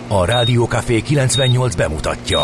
A Rádió Café 98 bemutatja.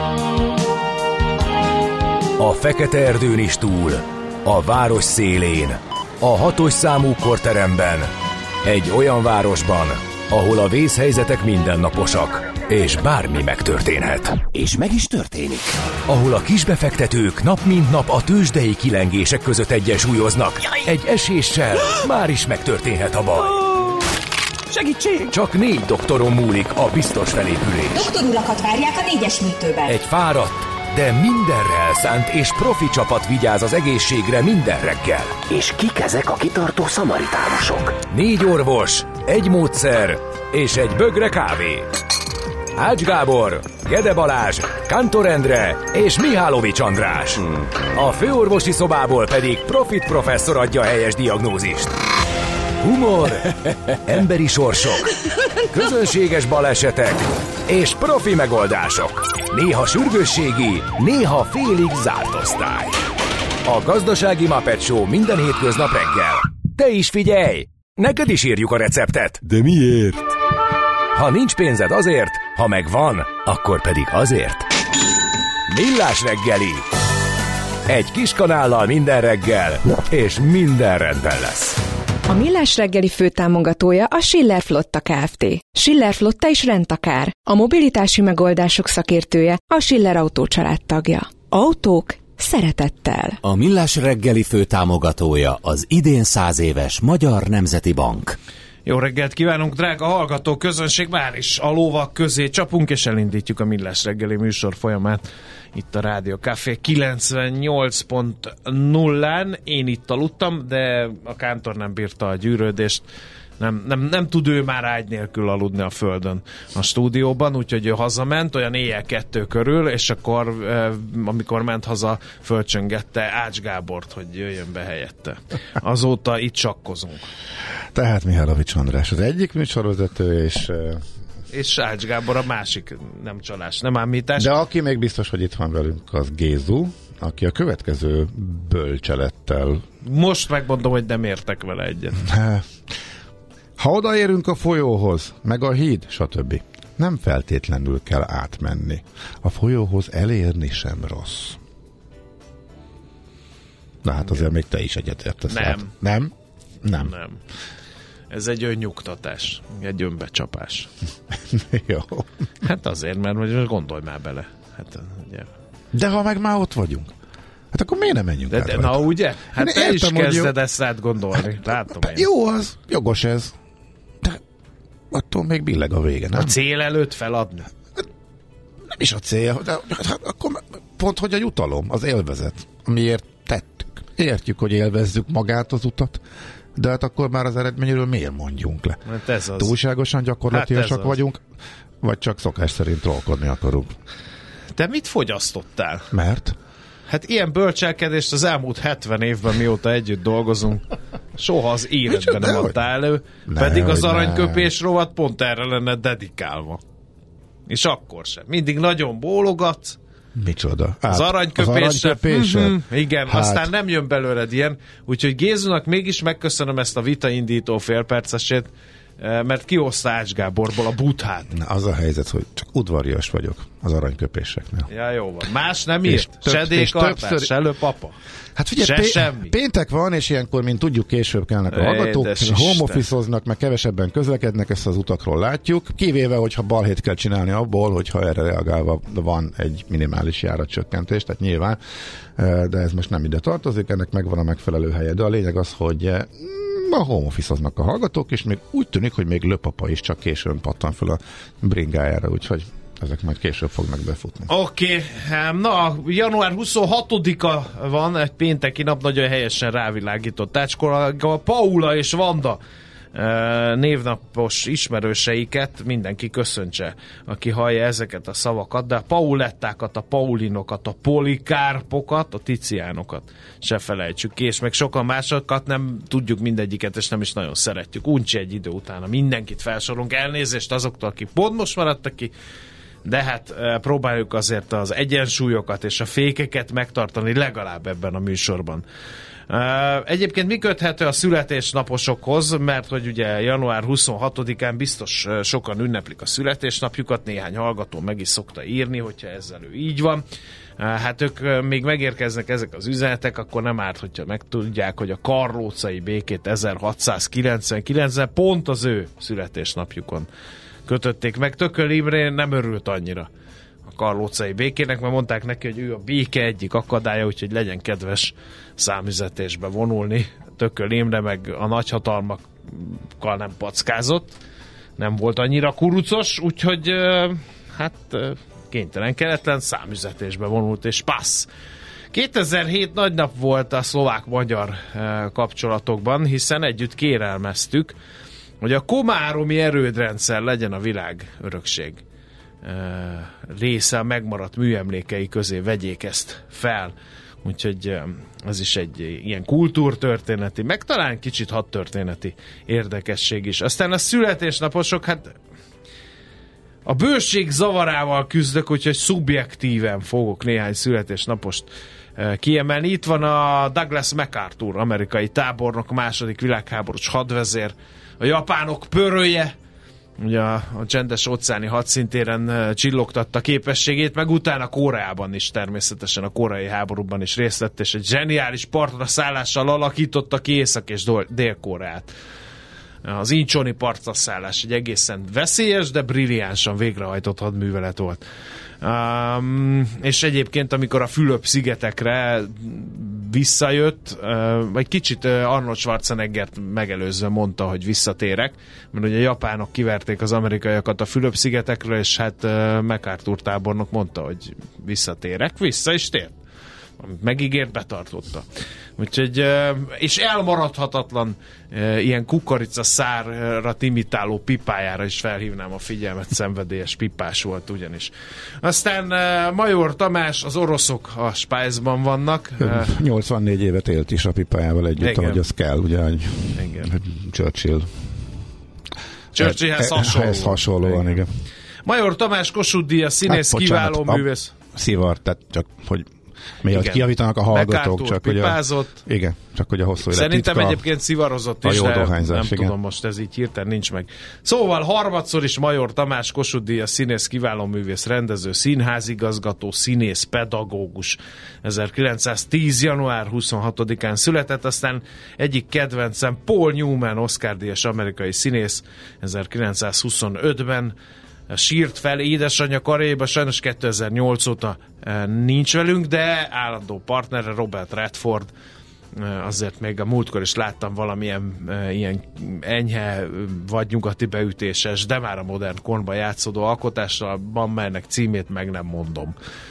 A fekete erdőn is túl, a város szélén, a 6-os számú korteremben, egy olyan városban, ahol a vészhelyzetek mindennaposak, és bármi megtörténhet. És meg is történik. Ahol a kisbefektetők nap mint nap a tőzsdei kilengések között egyensúlyoznak. Egy eséssel már is megtörténhet a baj. Segítség! Csak 4 doktoron múlik a biztos felépülés. Doktorulakat várják a 4-es műtőben. Egy fáradt, de mindenre elszánt és profi csapat vigyáz az egészségre minden reggel. És kik ezek a kitartó szamaritánusok? 4 orvos, egy módszer és egy bögre kávé. Ács Gábor, Gede Balázs, Kántor Endre és Mihálovics András. A főorvosi szobából pedig Profit professzor adja a helyes diagnózist. Humor, emberi sorsok, közönséges balesetek és profi megoldások. Néha sürgősségi, néha félig zárt osztály. A Gazdasági Muppet Show minden hétköznap reggel. Te is figyelj! Neked is írjuk a receptet. De miért? Ha nincs pénzed azért, ha megvan, akkor pedig azért. Millás reggeli. Egy kis kanállal minden reggel, és minden rendben lesz. A Millás reggeli főtámogatója a Schiller Flotta Kft. Schiller Flotta is rendtakár. A mobilitási megoldások szakértője, a Schiller Autó család tagja. Autók szeretettel. A Millás reggeli főtámogatója az idén 100 éves Magyar Nemzeti Bank. Jó reggelt kívánunk, drága hallgató közönség! Már is a lovak közé csapunk, és elindítjuk a Millás reggeli műsor folyamát itt a Rádió Café 98.0-án. Én itt aludtam, de a Kántor nem bírta a gyűrődést. Nem tud ő már ágy nélkül aludni a földön a stúdióban, úgyhogy ő hazament, olyan éjjel 2 körül, és akkor amikor ment haza, fölcsöngette Ács Gábort, hogy jöjjön be helyette. Azóta itt sakkozunk. Tehát Mihálovics András az egyik műsorvezető, és Ács Gábor a másik, nem csalás, nem ámítás. De aki még biztos, hogy itt van velünk, az Gézu, aki a következő bölcselettel... Most megmondom, hogy nem értek vele egyet. Ha odaérünk a folyóhoz, meg a híd, stb. Nem feltétlenül kell átmenni. A folyóhoz elérni sem rossz. Na hát azért még te is egyetértesz. Nem. Hát. Nem? Nem. Nem. Ez egy önnyugtatás, egy önbecsapás. Jó. Hát azért, mert most gondolj már bele. Hát, ugye. De ha meg már ott vagyunk, hát akkor miért nem menjünk át? Na ugye? Hát te is kezded jó. ezt rád gondolni. Látom én. Jó az, jogos ez. De attól még billeg a vége, nem? A cél előtt feladni? Nem is a cél, de hát akkor pont, hogy a jutalom, az élvezet, amiért tettük. Értjük, hogy élvezzük magát az utat, de hát akkor már az eredményről miért mondjunk le? Hát ez az. Túlságosan gyakorlatiasak vagyunk, vagy csak szokás szerint trollkodni akarunk? Te mit fogyasztottál? Mert? Hát ilyen bölcselkedést az elmúlt 70 évben, mióta együtt dolgozunk, soha az életben nem adtál elő, pedig az aranyköpés rovat pont erre lenne dedikálva. És akkor sem. Mindig nagyon bólogatsz. Micsoda? Az aranyköpésre. Igen, hát. Aztán nem jön belőled ilyen. Úgyhogy Gézunak mégis megköszönöm ezt a vitaindító félpercesét, mert kihozta Ács Gáborból a buthát. Na, az a helyzet, hogy csak udvarias vagyok az aranyköpéseknél. Ja, jó van. Más nem írt? Se D-kartás, se lőpapa. Hát figyelj, péntek van, és ilyenkor, mint tudjuk, később kelnek a hallgatók, home office-oznak, meg kevesebben közlekednek, ezt az utakról látjuk, kivéve, hogyha balhét kell csinálni abból, hogyha erre reagálva van egy minimális járatcsökkentés, tehát nyilván, de ez most nem ide tartozik, ennek megvan a megfelelő helye, de a lényeg az, hogy a home office-oznak a hallgatók, és még úgy tűnik, hogy még lőpapa is csak későn pattan fel a bringájára, úgyhogy ezek majd később fognak befutni. Oké, na, január 26-a van, egy pénteki nap, nagyon helyesen rávilágított Ácskor, a Paula és Vanda névnapos ismerőseiket mindenki köszöntse, aki hallja ezeket a szavakat, de a Paulettákat, a Paulinokat, a Polikárpokat, a Ticiánokat se felejtsük ki, és meg sokan másokat nem tudjuk mindegyiket, és nem is nagyon szeretjük. Uncsi egy idő utána mindenkit felsorolunk, elnézést azoktól, akik pont most maradtak ki, de hát próbáljuk azért az egyensúlyokat és a fékeket megtartani legalább ebben a műsorban. Egyébként mi köthető a születésnaposokhoz, mert hogy ugye január 26-án biztos sokan ünneplik a születésnapjukat, néhány hallgató meg is szokta írni, hogyha ezzel ő így van. Hát ők még megérkeznek ezek az üzenetek, akkor nem árt, hogyha megtudják, hogy a karlócai békét 1699-ben pont az ő születésnapjukon kötötték meg. Tököl Imre nem örült annyira a karlócai békének, mert mondták neki, hogy ő a béke egyik akadálya, úgyhogy legyen kedves számüzetésbe vonulni. Tököl Imre meg a nagyhatalmakkal nem packázott, nem volt annyira kurucos, úgyhogy kénytelen, keletlen számüzetésbe vonult, és passz. 2007 nagy nap volt a szlovák-magyar kapcsolatokban, hiszen együtt kérelmeztük, hogy a komáromi erődrendszer legyen a világ örökség része, a megmaradt műemlékei közé vegyék ezt fel. Úgyhogy ez is egy ilyen kultúrtörténeti, meg talán kicsit hadtörténeti érdekesség is. Aztán a születésnaposok, hát a bőség zavarával küzdök, úgyhogy szubjektíven fogok néhány születésnapost kiemelni. Itt van a Douglas MacArthur, amerikai tábornok, második világháborús hadvezér, a japánok pörője, ugye a csendes óceáni hadszintéren csillogtatta képességét, meg utána Koreában is, természetesen a koreai háborúban is részt vett, és egy zseniális partra szállással alakította ki Észak- és Dél-Koreát. Az incsoni partra szállás egy egészen veszélyes, de brilliánsan végrehajtott hadművelet volt. És egyébként, amikor a Fülöp-szigetekre visszajött, egy kicsit Arnold Schwarzeneggert megelőzve mondta, hogy visszatérek, mert ugye a japánok kiverték az amerikaiakat a Fülöp-szigetekről, és hát MacArthur tábornok mondta, hogy visszatérek, vissza is tért. Amit megígért, betartotta. Úgyhogy, és elmaradhatatlan ilyen kukorica szárra imitáló pipájára is felhívnám a figyelmet, szenvedélyes pipás volt ugyanis. Aztán Major Tamás, az oroszok a Spice-ban vannak. 84 évet élt is a pipájával együtt, igen, ahogy az kell, ugye, Churchillhez hasonlóan, igen. Major Tamás, Kossuth Díjas, színész, kiváló művész. Szivar, tehát csak, hogy miért kijavítanak a hallgatók, csak pipázott. Igen, csak hogy a hosszú élet szerintem titka, egyébként szivarozott is, de nem tudom, most ez így hirtelen nincs meg. Szóval harmadszor is Major Tamás, Kossuth Díjas, színész, kiváló művész, rendező, színházigazgató, színész, pedagógus. 1910. január 26-án született, aztán egyik kedvencem Paul Newman, Oscar-díjas amerikai színész, 1925-ben sírt fel édesanyja karjaiba, sajnos 2008 óta nincs velünk, de állandó partnere Robert Redford, azért még a múltkor is láttam valamilyen ilyen enyhe vagy nyugati beütéses, de már a modern korban játszódó alkotással, melynek címét meg nem mondom.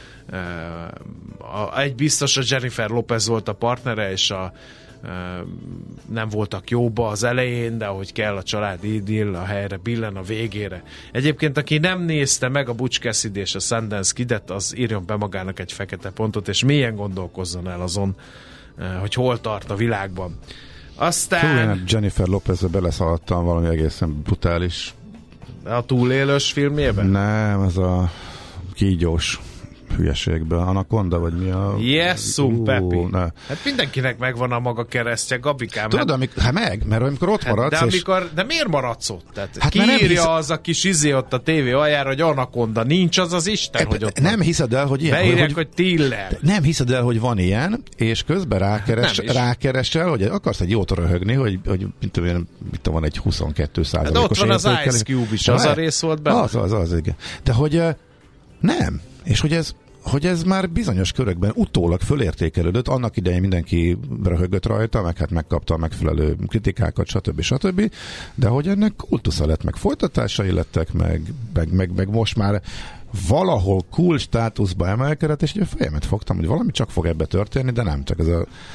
Egy biztos, a Jennifer Lopez volt a partnere, és nem voltak jóba az elején, de ahogy kell a családi idill, a helyre billen a végére. Egyébként, aki nem nézte meg a Butch Cassidy és a Sundance Kidet, az írjon be magának egy fekete pontot, és mélyen gondolkozzon el azon, hogy hol tart a világban. Aztán... Jennifer Lopezbe beleszaladtam valami egészen brutális. A túlélős filmjében? Nem, ez a kígyós hülyeségben. Anaconda, vagy mi a... Jesszum, Pepi. Hát mindenkinek megvan a maga keresztje, Gabikám. Tudod, mert amikor ott maradsz... De miért maradsz ott? Tehát hát kiírja az a kis ott a tévé aljára, hogy Anaconda. Nincs az az Isten, hogy ott nem hiszed el, hogy ilyen... Beírják, hogy Tiller. Nem hiszed el, hogy van ilyen, és közben rákeresel, hogy akarsz egy jót röhögni, hogy mit van egy 22%-os de ott van az Ice Cube is, az a rész volt benne. Az, igen. De hogy nem. És hogy ez már bizonyos körökben utólag fölértékelődött, annak idején mindenki röhögött rajta, meg hát megkapta a megfelelő kritikákat, stb. De hogy ennek kultusza lett, meg folytatásai lettek, meg most már valahol cool státuszba emelkedett, és ugye a fejemet fogtam, hogy valami csak fog ebbe történni, de nem, csak ez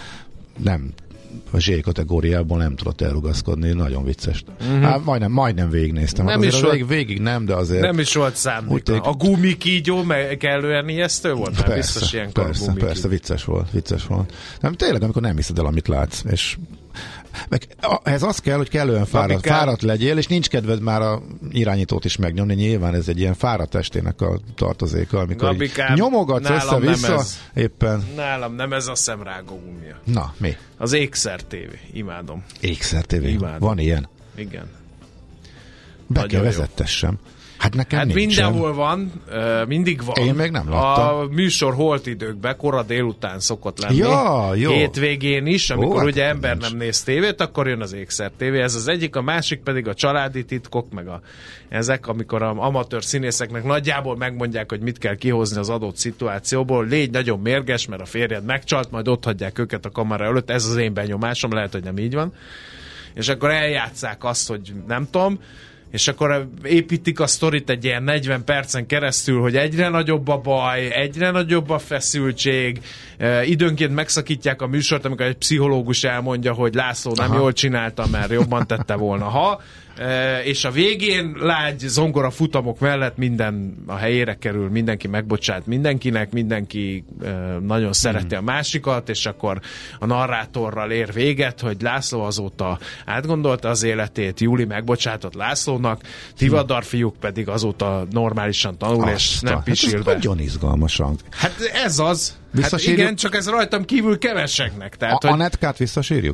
a Z kategóriából nem tudott elrugaszkodni, nagyon vicces. Hát majdnem végignéztem. Nem is volt, végig nem, de azért... Nem is volt szándéka. A gumikígyó kellően ijesztő volt? Persze, biztos ilyenkor persze, vicces volt. Nem, tényleg, amikor nem hiszed el, amit látsz, és Ez az kell, hogy kellően fáradt legyél, és nincs kedved már a irányítót is megnyomni. Nyilván ez egy ilyen fáradt testének a tartozéka, amikor nyomogatsz össze-vissza éppen. Nálam nem ez a szemrágó gumia. Na, mi? Az Ékszer TV. Imádom. Ékszer TV. Imádom. Van ilyen? Igen. Be kell vezettessem. Hát nekem hát mindenhol van, mindig van. Én még nem láttam. A műsor holtidőkben, kora délután szokott lenni. Ja, jó. Hétvégén is, amikor ugye ember nem néz tévét, akkor jön az Ékszer TV. Ez az egyik, a másik pedig a Családi titkok, meg ezek, amikor az amatőr színészeknek nagyjából megmondják, hogy mit kell kihozni az adott szituációból. Légy nagyon mérges, mert a férjed megcsalt, majd ott hagyják őket a kamera előtt. Ez az én benyomásom, lehet, hogy nem így van. És akkor eljátsszák azt, hogy nem tudom, és akkor építik a sztorit egy ilyen 40 percen keresztül, hogy egyre nagyobb a baj, egyre nagyobb a feszültség, időnként megszakítják a műsort, amikor egy pszichológus elmondja, hogy László nem jól csinálta, mert jobban tette volna, és a végén lágy zongora futamok mellett minden a helyére kerül, mindenki megbocsát mindenkinek, mindenki nagyon szereti a másikat, és akkor a narrátorral ér véget, hogy László azóta átgondolta az életét, Júli megbocsátott Lászlónak, Tivadar fiúk pedig azóta normálisan tanul, és nem pisil be. Ez nagyon izgalmasan. Hát ez az. Hát igen, csak ez rajtam kívül keveseknek. Tehát, a netkát visszasírjuk?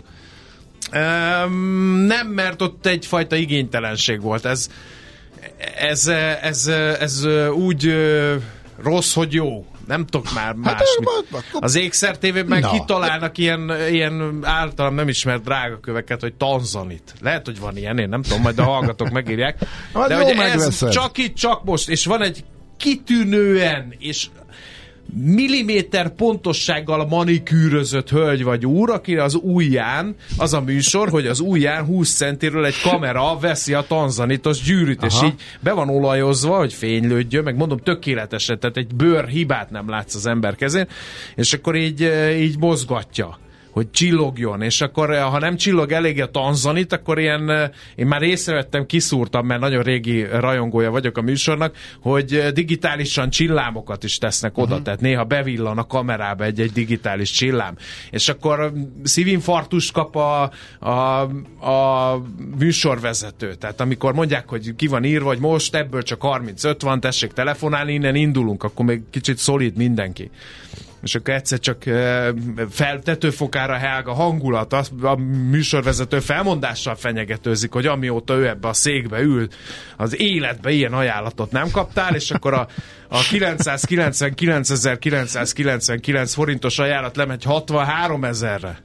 Nem, mert ott egyfajta igénytelenség volt. Ez úgy rossz, hogy jó. Nem tudok már másmit. Az Ékszer TV-ben kitalálnak ilyen általam nem ismert drágaköveket, hogy tanzanit. Lehet, hogy van ilyen, én nem tudom, majd a hallgatók megírják. De hogy ez csak itt, csak most, és van egy kitűnően, és milliméter pontossággal manikűrözött hölgy vagy úr, akire az ujján, az a műsor, hogy az ujján 20 centiről egy kamera veszi a tanzanitos gyűrűt, és így be van olajozva, hogy fénylődjön, meg mondom tökéletesen, tehát egy bőr hibát nem látsz az ember kezén, és akkor így mozgatja, hogy csillogjon, és akkor ha nem csillog elég a tanzanit, akkor ilyen, én már észrevettem, kiszúrtam, mert nagyon régi rajongója vagyok a műsornak, hogy digitálisan csillámokat is tesznek oda, tehát néha bevillan a kamerába egy digitális csillám, és akkor szívinfarktust kap a műsorvezető, tehát amikor mondják, hogy ki van írva, hogy most ebből csak 35 van, tessék telefonálni, innen indulunk, akkor még kicsit szolid mindenki. És akkor egyszer csak tetőfokára helg a hangulat, a műsorvezető felmondással fenyegetőzik, hogy amióta ő ebbe a székbe ül, az életbe ilyen ajánlatot nem kaptál, és akkor a 999.999 forintos ajánlat lemegy 63 000-re.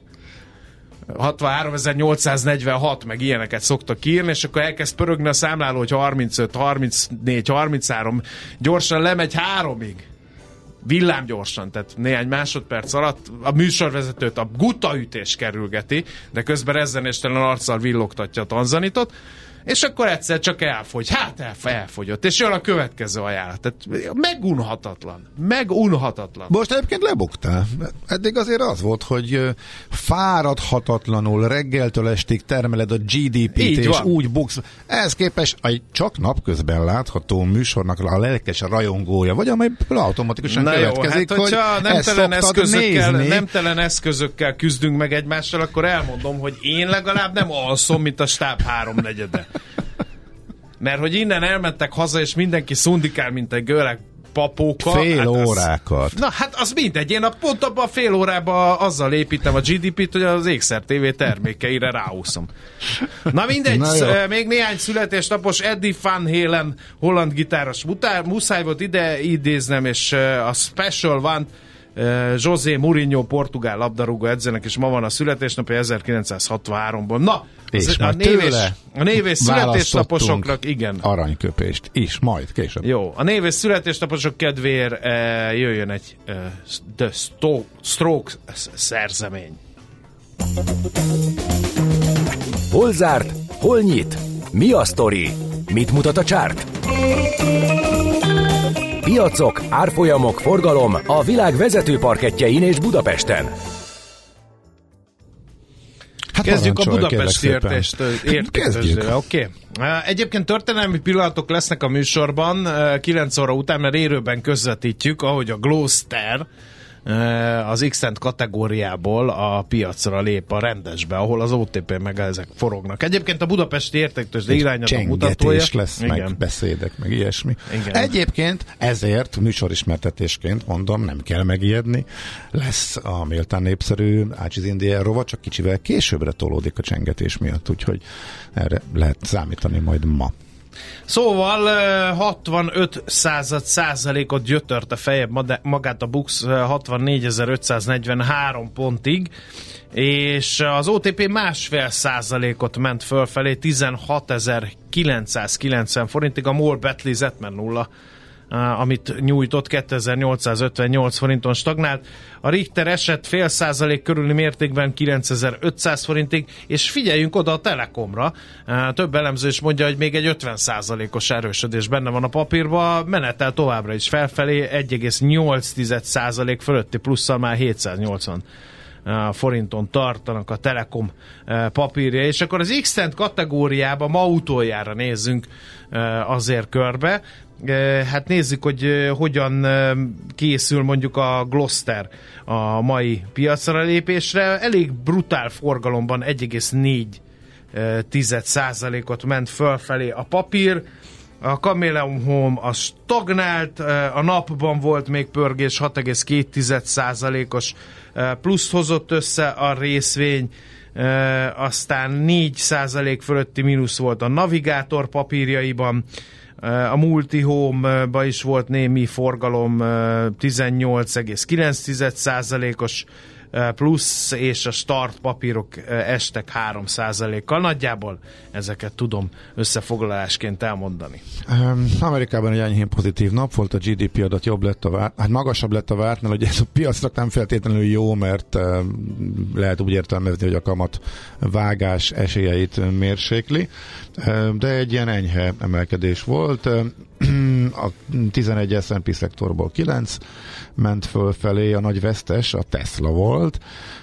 63.846, meg ilyeneket szoktak írni, és akkor elkezd pörögni a számláló, hogy 35, 34, 33, gyorsan lemegy 3-ig. Villámgyorsan, tehát néhány másodperc alatt a műsorvezetőt a gutaütés kerülgeti, de közben rezzenéstelen arccal villogtatja a tanzanitot, és akkor egyszer csak elfogy. Hát elfogyott. És jön a következő ajánlat. Tehát megunhatatlan. Most egyébként lebuktál. Eddig azért az volt, hogy fáradhatatlanul reggeltől estig termeled a GDP-t, és úgy buksz. Ehhez képest egy csak napközben látható műsornak a lelkes rajongója, vagy amely automatikusan következik, jó, hát, hogy nemtelen eszközökkel küzdünk meg egymással, akkor elmondom, hogy én legalább nem alszom, mint a stáb 3/4. Mert hogy innen elmentek haza, és mindenki szundikál, mint egy görög papóka. Fél órákat. Na hát az mindegy. Én pont abban a fél órában azzal építem a GDP-t, hogy az Ékszer TV termékeire ráúszom. Na mindegy, még néhány születésnapos Eddie Van Halen holland gitáros muszáj volt ide idéznem, és a Special One José Mourinho portugál labdarúgó edzőnek is ma van a születésnapja 1963-ból. Na, és a név és születésnaposoknak, igen. Aranyköpést is, majd később. Jó, a név és születésnaposok kedvéért jöjjön egy The Strokes szerzemény. Hol zárt? Hol nyit? Mi a sztori? Mit mutat a csárt? Piacok, árfolyamok, forgalom a világ vezető parkettjein és Budapesten. Hát kezdjük a budapesti értéktőzsdével. Oké. Egyébként történelmi pillanatok lesznek a műsorban 9 óra után, mert élőben közvetítjük, ahogy a Gloster az X-Tent kategóriából a piacra lép a rendesbe, ahol az OTP meg ezek forognak. Egyébként a budapesti értéktőzsde irányadó mutatója. Lesz, meg beszédek, meg ilyesmi. Igen. Egyébként ezért műsorismertetésként mondom, nem kell megijedni. Lesz a méltán népszerű Ácsiz India rovat, csak kicsivel későbbre tolódik a csengetés miatt, úgyhogy erre lehet számítani majd ma. Szóval 65%-ot gyötörte feljebb magát a BUX 64.543 pontig, és az OTP 1,5%-ot ment fölfelé 16.990 forintig, a MOL Betli Zetmer 0, amit nyújtott 2858 forinton stagnált. A Richter esett 0,5% körüli mértékben 9500 forintig, és figyeljünk oda a Telekomra. Több elemző is mondja, hogy még egy 50%-os erősödés benne van a papírban, menetel továbbra is felfelé, 1,8% fölötti plusszal már 780 forinton tartanak a Telekom papírja, és akkor az X-Tent kategóriában ma utoljára nézzünk azért körbe. Hát nézzük, hogy hogyan készül mondjuk a Gloster a mai piacra lépésre. Elég brutál forgalomban 1,4%-ot ment fölfelé a papír. A Chameleon Home az stagnált, a napban volt még pörgés, 6,2%-os pluszt hozott össze a részvény, aztán 4% fölötti mínusz volt a Navigátor papírjaiban, a Multihome-ba is volt némi forgalom, 18,9%-os plusz, és a Start papírok estek 3%-kal. Nagyjából ezeket tudom összefoglalásként elmondani. Amerikában egy enyhén pozitív nap volt, a GDP adat jobb lett hát magasabb lett a vártnál, hogy ez a piacnak nem feltétlenül jó, mert lehet úgy értelmezni, hogy a kamat vágás esélyeit mérsékli, de egy ilyen enyhe emelkedés volt. A 11 S&P szektorból 9 ment fölfelé, a nagy vesztes a Tesla volt.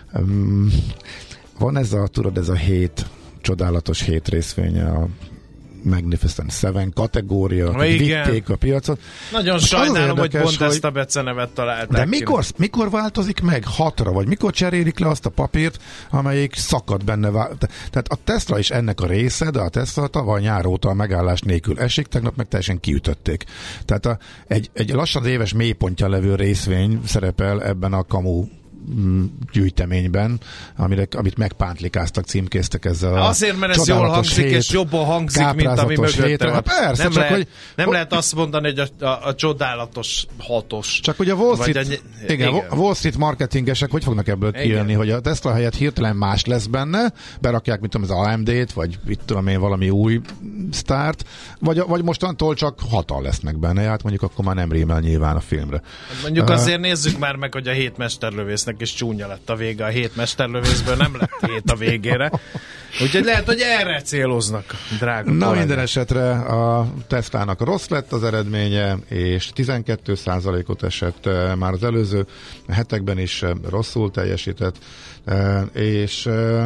Van ez a 7 csodálatos 7 részvénye, a Magnificent Seven kategória, vitték a piacot. Nagyon sajnálom, hogy pont ezt a becenevet találták. De mikor változik meg 6-ra, vagy mikor cserélik le azt a papírt, amelyik szakad benne? Tehát a Tesla is ennek a része, de a Tesla tavaly nyár óta a megállás nélkül esik, tegnap meg teljesen kiütötték. Tehát egy lassan éves mélypontján levő részvény szerepel ebben a kamu gyűjteményben, amit megpántlikáztak, címkéztek ezzel azért, mert ez jól hangzik, és jobban hangzik, mint ami mögötte van. Persze, nem lehet azt mondani, hogy a csodálatos 6-os. Csak ugye a Wall Street marketingesek hogy fognak ebből kijönni, hogy a Tesla helyett hirtelen más lesz benne, berakják, mit tudom, az AMD-t, vagy mit tudom én, valami új sztárt, vagy mostantól csak 6-al lesznek benne, hát mondjuk akkor már nem rímel nyilván a filmre. Mondjuk azért nézzük már meg, hogy a 7 mesterlövésznek is csúnya lett a vége. A 7 mesterlövészből nem lett 7 a végére. Úgyhogy lehet, hogy erre céloznak, drága. Na, minden esetre a Teslának rossz lett az eredménye, és 12%-ot esett már az előző hetekben is rosszul teljesített, és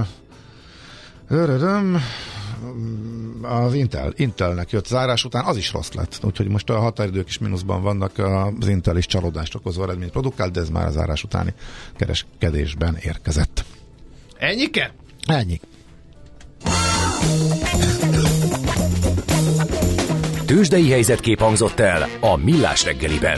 az Intelnek jött zárás után, az is rossz lett. Úgyhogy most a határidők is mínuszban vannak, az Intel is csalódást okozó eredményt produkált, de ez már a zárás utáni kereskedésben érkezett. Ennyike? Ennyi. Tőzsdei helyzetkép hangzott el a Millás reggeliben.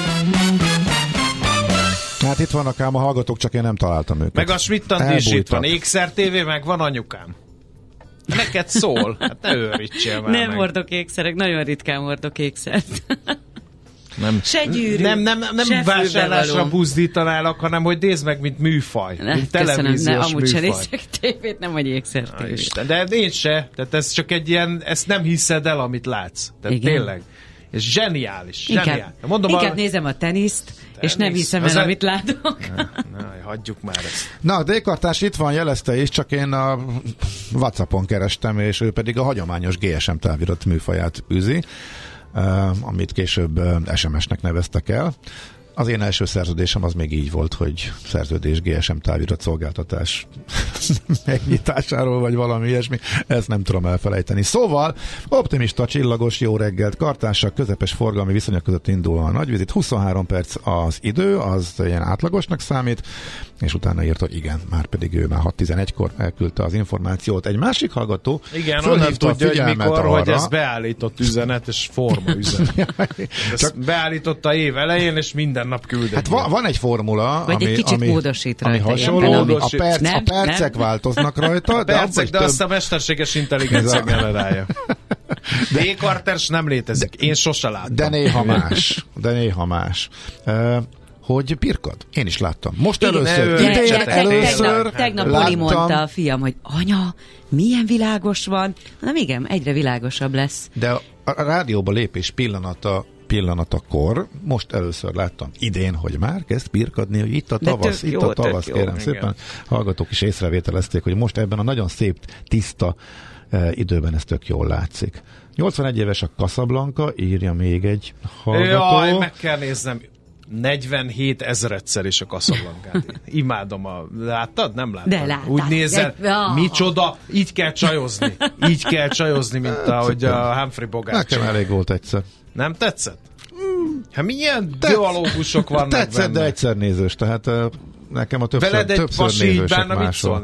Hát itt vannak ám a hallgatók, csak én nem találtam őket. Meg a Schmidt-Andi is itt van. Ékszer TV, meg van anyukám. Neked szól. Hát ne őrítsél már. Nem hordok ékszerek, nagyon ritkán hordok ékszert. Se gyűrű, nem vásárlásra buzdítanálak, hanem hogy nézd meg, mint műfaj. Mint televíziós amúgy műfaj. Amúgy se nézek tévét, nem vagy ékszertévét. De én se. Tehát ez csak egy ilyen, ezt nem hiszed el, amit látsz. Tehát igen. Tényleg. És zseniális. Inkább nézem a teniszt, és nem hiszem el, amit látok. Hagyjuk már ezt. Na, a D-kartás itt van, jelezte is, csak én a WhatsAppon kerestem, és ő pedig a hagyományos GSM távirat műfaját űzi, amit később SMS-nek neveztek el. Az én első szerződésem az még így volt, hogy szerződés GSM táviratszolgáltatás megnyitásáról, vagy valami ilyesmi. Ezt nem tudom elfelejteni. Szóval, optimista, csillagos, jó reggelt, kartársak, közepes forgalmi viszonyok között indul a nagyvizit. 23 perc az idő, az ilyen átlagosnak számít, és utána írt, hogy igen, már pedig ő már 6:11-kor elküldte az információt. Egy másik hallgató igen, onnan tudja, hogy mikor, arra, hogy ez beállított üzenet, és forma üzenet. Csak beállította év elején, és minden nap küldeni. Hát van egy formula, vagy egy kicsit módosít rajta. Ami hasonló, a percek változnak rajta. De azt a mesterséges intelligencia generálja. D-karters nem létezik. Én sose láttam. De néha más. Hogy pirkad. Én is láttam. Most először tegnap Poli mondta a fiam, hogy anya, milyen világos van. Nem igen, egyre világosabb lesz. De a rádióba lépés pillanatakor most először láttam idén, hogy már kezd pirkadni, hogy itt a tavasz, kérem szépen. Hallgatók is észrevételezték, hogy most ebben a nagyon szép, tiszta időben ez tök jól látszik. 81 éves a Casablanca, írja még egy hallgató. Jaj, meg kell néznem. 47 000-szer is a Casablancát. Imádom láttad? Nem láttad? De láttad. Úgy nézel, micsoda, így kell csajozni. Így kell csajozni, mint ahogy a Humphrey Bogart. Nekem elég volt egyszer. Nem tetszett? Hát milyen dialógusok vannak tetszett, benne? De egyszer nézős, tehát nekem a többször nézősek máshol.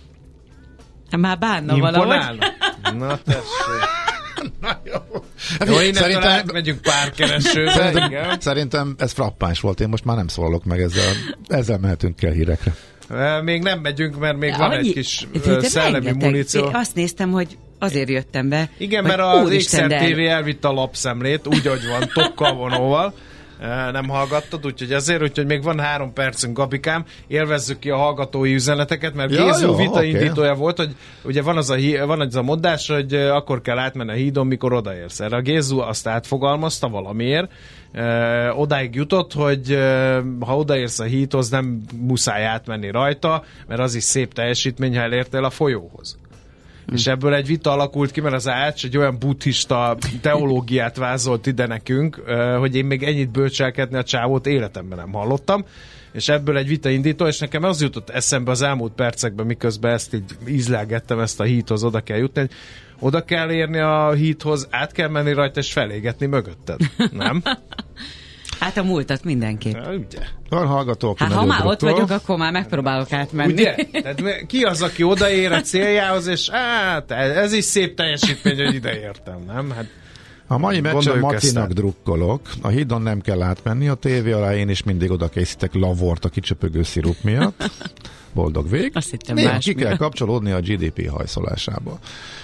Már bánna valahogy. Na tessék. Na jó. Jó, innentől átmegyünk párkeresőbe. Szerintem ez frappáns volt, én most már nem szólalok meg, ezzel mehetünk el hírekre. Még nem megyünk, mert még van egy kis szellemi muníció. Én azt néztem, hogy azért jöttem be. Igen, mert az Ékszer TV elvitte a lapszemlét, úgy, ahogy van, tokkal vonóval. Nem hallgattad, úgyhogy még van 3 percünk, Gabikám, élvezzük ki a hallgatói üzeneteket, mert Gézu vitaindítója volt, hogy ugye van az a mondás, hogy akkor kell átmenni a hídon, mikor odaérsz. Erre a Gézu azt átfogalmazta valamiért, odáig jutott, hogy ha odaérsz a hídhoz, nem muszáj átmenni rajta, mert az is szép teljesítmény, ha elértél a folyóhoz. És ebből egy vita alakult ki, mert az Ács egy olyan buddhista teológiát vázolt ide nekünk, hogy én még ennyit bölcselkedni a csávót életemben nem hallottam, és ebből egy vita indító, és nekem az jutott eszembe az elmúlt percekben, miközben ezt így ízlelgettem, ezt a híthoz oda kell jutni, hogy oda kell érni a híthoz, át kell menni rajta, és felégetni mögötted. Nem? Hát a múltat mindenképp. Ugye? Van hallgató, aki ha már ott vagyok, akkor már megpróbálok átmenni. Ugye? Tehát ki az, aki odaér a céljához, és ez is szép teljesítmény, hogy ide értem, nem? Hát a mai meccsen Macinak drukkolok. A hídon nem kell átmenni, a tévé alá én is mindig oda készítek lavort a kicsöpögő szirup miatt. Boldog vég. Azt hittem néha ki kell kapcsolódni a GDP hajszolásába.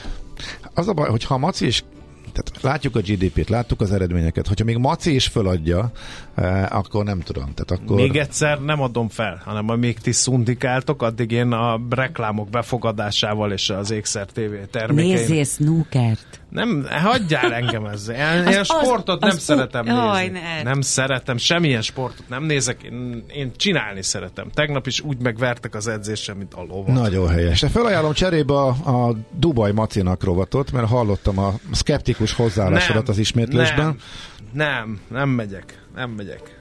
Az a baj, hogy ha Maci is, tehát látjuk a GDP-t, láttuk az eredményeket, hogyha még Maci is föladja, akkor nem tudom. Tehát akkor... Még egyszer nem adom fel, hanem amíg ti szundikáltok, addig én a reklámok befogadásával és az Ékszer TV termékein... Nézzél snookert! Nem, hagyjál engem ezzel. Én sportot nem szeretem nézni. Nem szeretem, semmilyen sportot nem nézek. Én csinálni szeretem. Tegnap is úgy megvertek az edzésen, mint a lovat. Nagyon helyes. De felajánlom cserébe a Dubaj Macinak rovatot, mert hallottam a szkeptikus hozzáállásodat az ismétlésben. Nem megyek.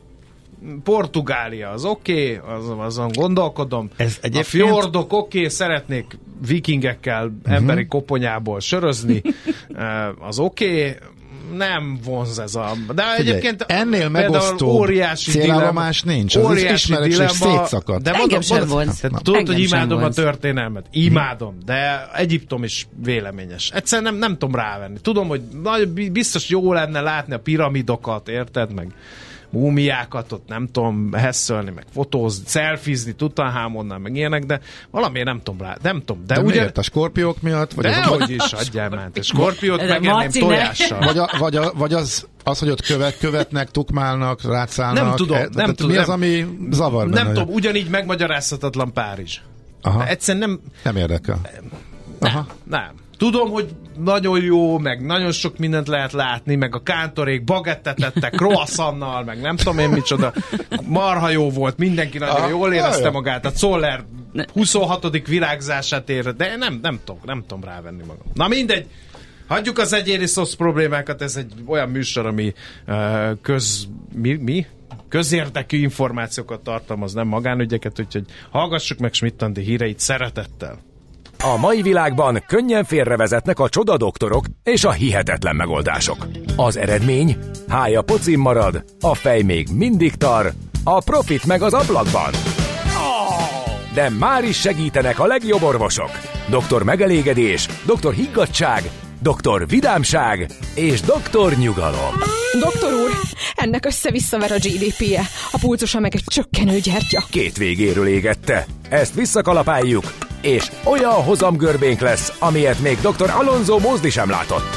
Portugália az oké, azon gondolkodom. A fjordok oké, szeretnék vikingekkel emberi koponyából sörözni, az oké, nem vonz ez a... De figyelj, egyébként ennél megosztóbb célállomás nincs, az ismeretség szétszakadt. De engem sem vonz. Tudod, hogy imádom a történelmet. Imádom, de Egyiptom is véleményes. Egyszerűen nem tudom rávenni. Tudom, hogy biztos jó lenne látni a piramidokat, érted meg? Múmiákat ott nem tudom hesszelni, meg fotózni, szelfizni, Tutanhamonnal, meg ilyenek, de valamiért nem tudom rá. Nem tudom. De miért? A skorpiók miatt? Vagy dehogy is, adjál már. A skorpiót megenném tojással. Vagy az, hogy ott követnek, tukmálnak, rátszálnak. Nem tudom. Mi az, ami zavar benne? Nem tudom, ugyanígy megmagyarázhatatlan Párizs. Egyszerűen nem érdekel. Nem. Tudom, hogy nagyon jó, meg nagyon sok mindent lehet látni, meg a kántorék bagettet tettek croissannal, meg nem tudom én micsoda. Marha jó volt, mindenki nagyon jól érezte magát, a Zoller 26. virágzását ér, de nem tudom rávenni magam. Na mindegy, hagyjuk az egyéni szosz problémákat, ez egy olyan műsor, ami közérdekű információkat tartalmaz, nem magánügyeket, úgyhogy hallgassuk meg Schmidt-Andi híreit szeretettel. A mai világban könnyen félrevezetnek a csodadoktorok és a hihetetlen megoldások. Az eredmény? Hája pocim marad, a fej még mindig tar, a profit meg az ablakban. De már is segítenek a legjobb orvosok. Doktor megelégedés, doktor higgadtság, doktor vidámság és doktor nyugalom. Doktor úr, ennek össze-visszaver a GDP-je, a pulzusa meg egy csökkenő gyertya. Két végéről égette. Ezt visszakalapáljuk, és olyan hozamgörbénk lesz, amilyet még dr. Alonso Mózdi sem látott.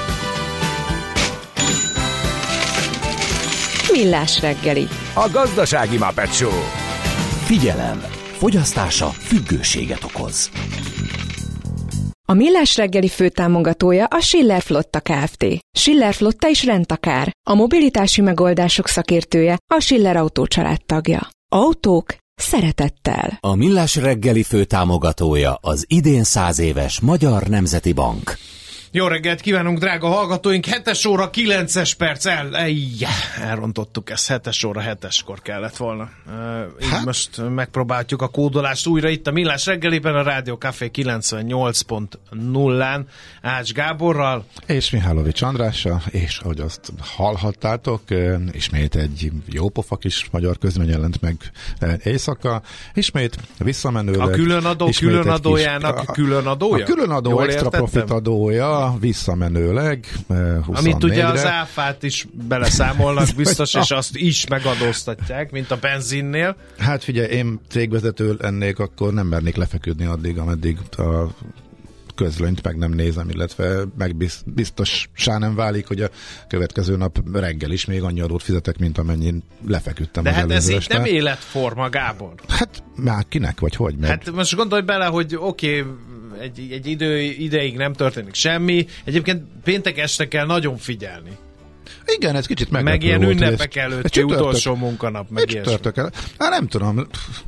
Millás reggeli. A gazdasági Muppet Show. Figyelem! Fogyasztása függőséget okoz. A Millás reggeli főtámogatója a Schiller Flotta Kft. Schiller Flotta és Rendtakár. A mobilitási megoldások szakértője, a Schiller Autó családtagja. Autók szeretettel. A Millás reggeli főtámogatója az idén 100 éves Magyar Nemzeti Bank. Jó reggelt kívánunk, drága hallgatóink! 7 óra 9 perc, elrontottuk ezt, 7 óra 7-kor kellett volna. Így most megpróbáljuk a kódolást újra itt a Millás reggeliben, a Rádió Café 98.0-án Ács Gáborral. És Mihálovics Andrással, és ahogy azt hallhattátok, ismét egy jópofa kis magyar közmény jelent meg éjszaka, ismét visszamenőleg. A különadó különadójának különadója? A különadó extra profit adója, visszamenőleg 24-re. Amit ugye az áfát is beleszámolnak biztos, és azt is megadóztatják, mint a benzinnél. Hát figyelj, én cégvezető lennék, akkor nem mernék lefeküdni addig, ameddig a közlönyt meg nem nézem, illetve biztossá nem válik, hogy a következő nap reggel is még annyi adót fizetek, mint amennyin lefeküdtem. De hát ez így nem életforma, Gábor. Hát már kinek, vagy hogy? Meg? Hát most gondolj bele, hogy oké, egy ideig nem történik semmi. Egyébként péntek este kell nagyon figyelni. Igen, ez kicsit meglepő meg ilyen volt, ünnepek előtti utolsó munkanap. Meg csütörtök. Hát nem tudom.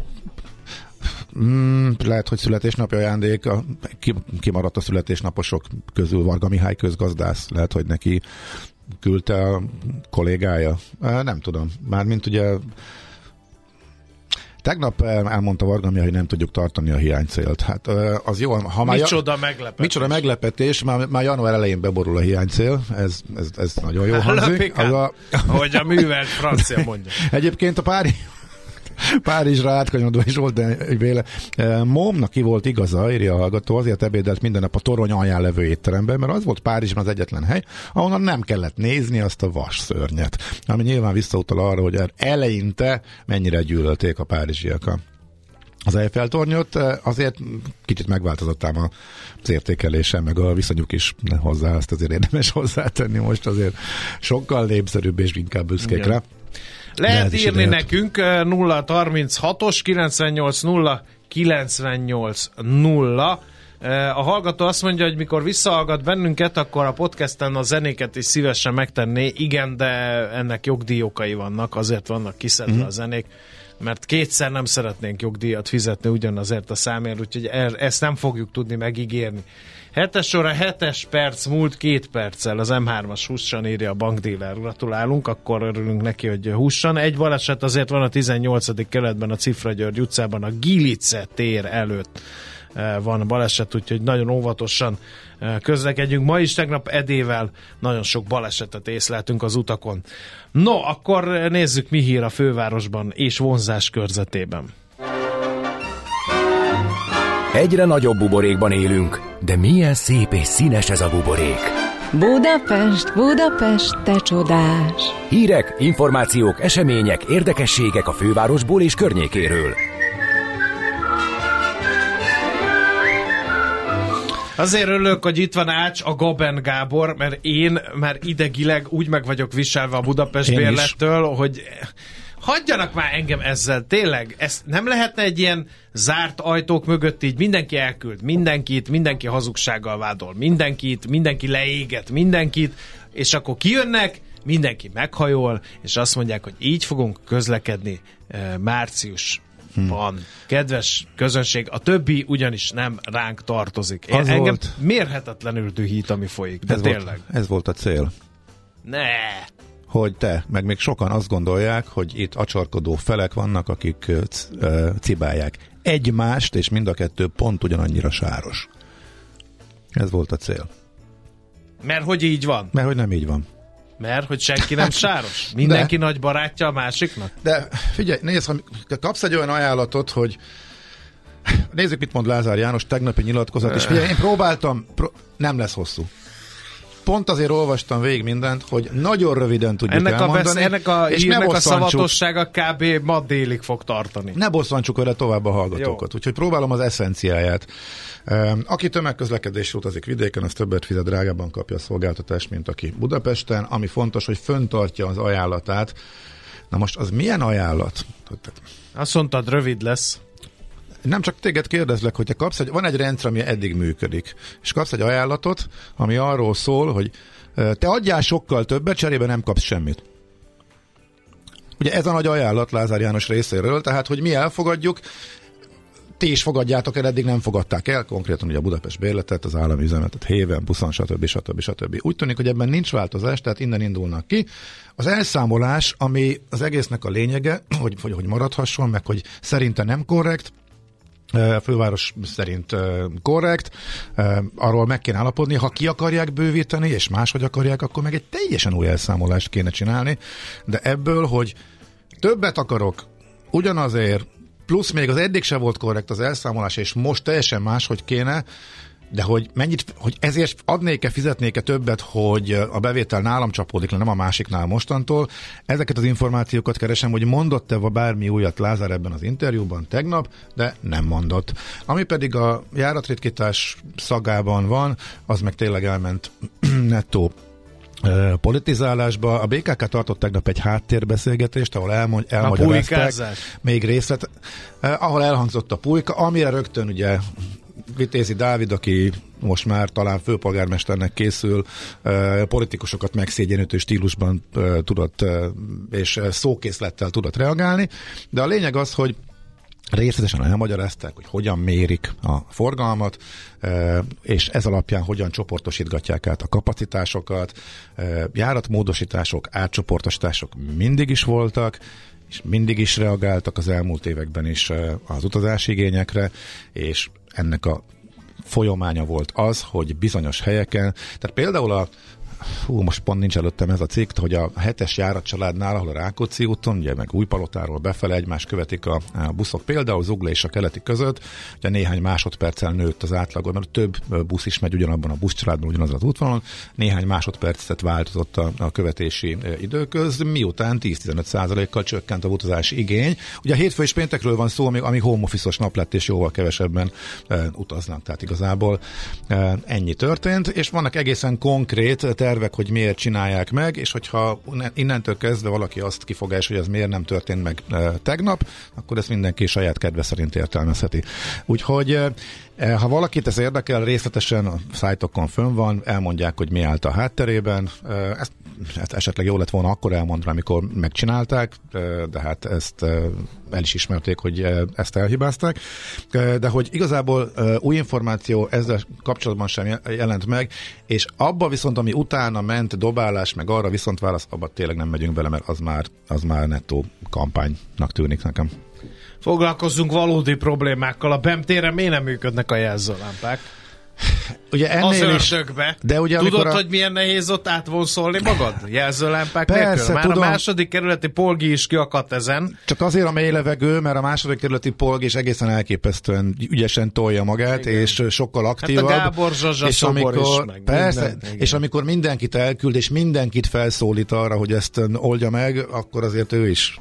Lehet, hogy születésnapi ajándék, kimaradt a születésnaposok közül Varga Mihály közgazdász. Lehet, hogy neki küldte a kollégája. Nem tudom. Mármint ugye tegnap elmondta Varga Mihály, hogy nem tudjuk tartani a hiánycélt. Hát az jó, ha már... Micsoda meglepetés, már január elején beborul a hiánycél, ez nagyon jó hangzik. Ahogy a művelt francia mondja. Egyébként a Párizsra átkanyarodva is volt egy véle. Momnak ki volt igaza, írja a hallgató, azért ebédelt minden nap a torony alján levő étteremben, mert az volt Párizsban az egyetlen hely, ahonnan nem kellett nézni azt a vasszörnyet. Ami nyilván visszautal arra, hogy eleinte mennyire gyűlölték a párizsiak az Eiffel-tornyot, azért kicsit megváltozott ám az értékelése, meg a viszonyuk is hozzá, azt azért érdemes hozzátenni, most azért sokkal népszerűbb és inkább büszkék rá. Lehet írni nekünk 036-os 980980. A hallgató azt mondja, hogy mikor visszahallgat bennünket, akkor a podcasten a zenéket is szívesen megtenné. Igen, de ennek jogdíjokai vannak, azért vannak kiszedve a zenék, mert kétszer nem szeretnénk jogdíjat fizetni ugyanazért a számért, úgyhogy ezt nem fogjuk tudni megígérni. 7 óra 7 perc múlt 2 perccel, az M3-as hussan, írja a bankdíler. Gratulálunk, akkor örülünk neki, hogy hussan. Egy baleset azért van a 18. keletben, a Cifra György utcában, a Gilice tér előtt van a baleset, úgyhogy nagyon óvatosan közlekedjünk. Ma is, tegnap Edével nagyon sok balesetet észleltünk az utakon. No, akkor nézzük, mi hír a fővárosban és vonzás körzetében. Egyre nagyobb buborékban élünk, de milyen szép és színes ez a buborék. Budapest, Budapest, te csodás! Hírek, információk, események, érdekességek a fővárosból és környékéről. Azért örülök, hogy itt van Ács, a Gaben Gábor, mert én már idegileg úgy meg vagyok viselve a Budapest bérlettől, hogy hagyjanak már engem ezzel, tényleg. Ez nem lehetne egy ilyen zárt ajtók mögött így mindenki elküld mindenki hazugsággal vádol mindenki leéget mindenkit, és akkor kijönnek, mindenki meghajol, és azt mondják, hogy így fogunk közlekedni márciusban. Kedves közönség, a többi ugyanis nem ránk tartozik. Engem mérhetetlenül dühít, ami folyik, de tényleg. Ez volt a cél. Ne! hogy te, meg még sokan azt gondolják, hogy itt acsarkodó felek vannak, akik cibálják egymást, és mind a kettő pont ugyanannyira sáros. Ez volt a cél. Mert hogy így van? Mert hogy nem így van. Mert hogy senki nem sáros? Mindenki nagy barátja a másiknak? De figyelj, nézd, ha kapsz egy olyan ajánlatot, hogy nézzük, mit mond Lázár János tegnapi nyilatkozat, és figyelj, én próbáltam, nem lesz hosszú. Pont azért olvastam végig mindent, hogy nagyon röviden tudjuk elmondani. Ennek a hírnek a szavatossága kb. Ma délig fog tartani. Ne bosszantsuk vele tovább a hallgatókat. Úgyhogy próbálom az eszenciáját. Aki tömegközlekedésre utazik vidéken, az többet fizet, drágában kapja a szolgáltatást, mint aki Budapesten. Ami fontos, hogy fenntartja az ajánlatát. Na most az milyen ajánlat? Azt mondtad, rövid lesz. Nem csak téged kérdezlek, hogy te kapsz van egy rendszer, ami eddig működik, és kapsz egy ajánlatot, ami arról szól, hogy te adjál sokkal többet, cserébe nem kapsz semmit. Ugye ez a nagy ajánlat Lázár János részéről, tehát, hogy mi elfogadjuk, ti is fogadjátok el, eddig nem fogadták el, konkrétan ugye a Budapest bérletet, az állami üzemetet, Héven, buszon, stb. Úgy tűnik, hogy ebben nincs változás, tehát innen indulnak ki. Az elszámolás, ami az egésznek a lényege, hogy maradhasson, meg hogy szerinte nem korrekt, a főváros szerint korrekt, arról meg kéne állapodni, ha ki akarják bővíteni, és máshogy akarják, akkor meg egy teljesen új elszámolást kéne csinálni, de ebből, hogy többet akarok ugyanazért, plusz még az eddig se volt korrekt az elszámolás, és most teljesen máshogy kéne, de hogy ezért adnék-e, fizetnék-e többet, hogy a bevétel nálam csapódik le, nem a másiknál mostantól. Ezeket az információkat keresem, hogy mondott-e bármi újat Lázár ebben az interjúban tegnap, de nem mondott. Ami pedig a járatritkítás szagában van, az meg tényleg elment nettó politizálásba. A BKK tartott tegnap egy háttérbeszélgetést, ahol elmagyarázták még részlet, ahol elhangzott a pulyka, amire rögtön ugye Vitézi Dávid, aki most már talán főpolgármesternek készül, politikusokat megszégyenítő stílusban tudott és szókészlettel tudott reagálni, de a lényeg az, hogy részletesen elmagyarázták, hogy hogyan mérik a forgalmat, és ez alapján hogyan csoportosítgatják át a kapacitásokat, járatmódosítások, átcsoportosítások mindig is voltak, és mindig is reagáltak az elmúlt években is az utazási igényekre, és ennek a folyamánya volt az, hogy bizonyos helyeken, tehát például most pont nincs előttem ez a cikk, hogy a 7-es járatcsaládnál, ahol a Rákóczi úton, ugye meg Újpalotáról befele egymást követik a buszok, például Zugló és a Keleti között, ugye néhány másodperccel nőtt az átlagon, mert több busz is megy ugyanabban a buszcsaládban, ugyanaz az útvonalon, néhány másodpercet változott a követési időköz, miután 10-15%-kal csökkent a utazási igény. Ugye a hétfő és péntekről van szó, ami home office-os nap lett, és jóval kevesebben utaznak, tehát igazából ennyi történt, és vannak egészen konkrét tervek, hogy miért csinálják meg, és hogyha innentől kezdve valaki azt kifogás, hogy ez miért nem történt meg tegnap, akkor ezt mindenki saját kedve szerint értelmezheti. Úgyhogy ha valakit ez érdekel, részletesen a szájtokon fönn van, elmondják, hogy mi állt a hátterében. Ezt esetleg jó lett volna akkor elmondani, amikor megcsinálták, de hát ezt el is ismerték, hogy ezt elhibázták. De hogy igazából új információ ezzel kapcsolatban sem jelent meg, és abba viszont, ami utána ment, dobálás, meg arra viszont válasz, abba tényleg nem megyünk bele, mert az már nettó kampánynak tűnik nekem. Foglalkozzunk valódi problémákkal. A BEM téren miért nem működnek a jelzőlámpák? Ugye ennél az ördögbe. De ugye tudod, hogy milyen nehéz ott átvonszolni magad? Jelzőlámpák nélkül. Már tudom. A második kerületi polgi is kiakadt ezen. Csak azért a mély levegő, mert a második kerületi polgi is egészen elképesztően ügyesen tolja magát, igen. És sokkal aktívabb. Hát a Gábor Zsazsa szobor is meg. Persze, minden, és amikor mindenkit elküld, és mindenkit felszólít arra, hogy ezt oldja meg, akkor azért ő is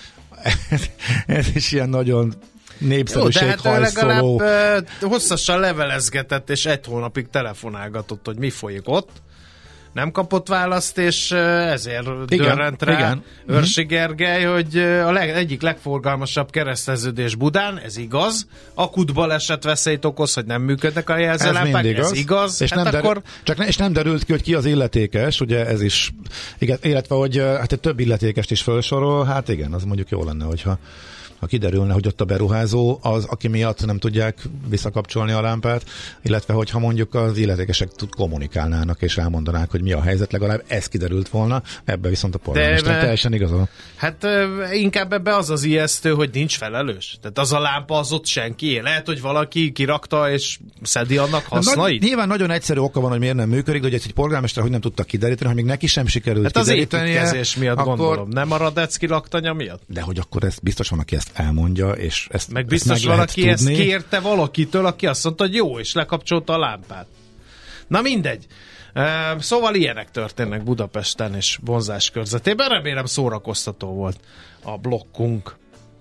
ez is ilyen nagyon népszerűséghajszoló. Jó, de hát legalább hosszasan levelezgetett, és egy hónapig telefonálgatott, hogy mi folyik ott. Nem kapott választ, és ezért dörrent rá Őrsi Gergely, hogy egyik legforgalmasabb kereszteződés Budán, ez igaz. Akut baleset veszélyt okoz, hogy nem működnek a jelzőlámpák, ez igaz. És, hát és nem derült ki, hogy ki az illetékes, ugye ez is, igen, illetve, hogy hát több illetékest is felsorol, hát igen, az mondjuk jó lenne, hogyha ha kiderülne, hogy ott a beruházó az, aki miatt nem tudják visszakapcsolni a lámpát, illetve hogyha mondjuk az illetékesek kommunikálnának és elmondanák, hogy mi a helyzet, legalább ez kiderült volna, ebbe viszont a polgármester teljesen igazol. Hát inkább ebbe az ijesztő, hogy nincs felelős. Tehát az a lámpa az ott senki. Lehet, hogy valaki kirakta és szedi annak hasznait. Nyilván nagyon egyszerű oka van, hogy miért nem működik, de hogy egy polgármester hogy nem tudta kideríteni, hogy még neki sem sikerült kideríteni. Hát az építkezés miatt akkor... gondolom. Nem a Radecki laktanya miatt? De hogy akkor ez biztos van, aki ezt elmondja, és ezt meg biztos ezt van, aki ezt kérte valakitől, aki azt mondta, hogy jó, és lekapcsolta a lámpát. Na mindegy. Szóval ilyenek történnek Budapesten és vonzás körzetében. Remélem szórakoztató volt a blokkunk.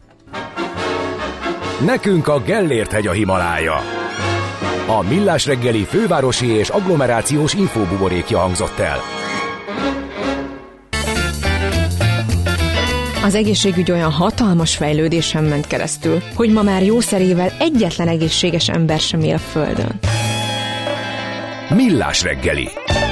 Nekünk a Gellért-hegy a Himalája. A Millás reggeli fővárosi és agglomerációs infóbuborékja hangzott el. Az egészségügy olyan hatalmas fejlődésen ment keresztül, hogy ma már jószerével egyetlen egészséges ember sem él a Földön. Millás reggeli.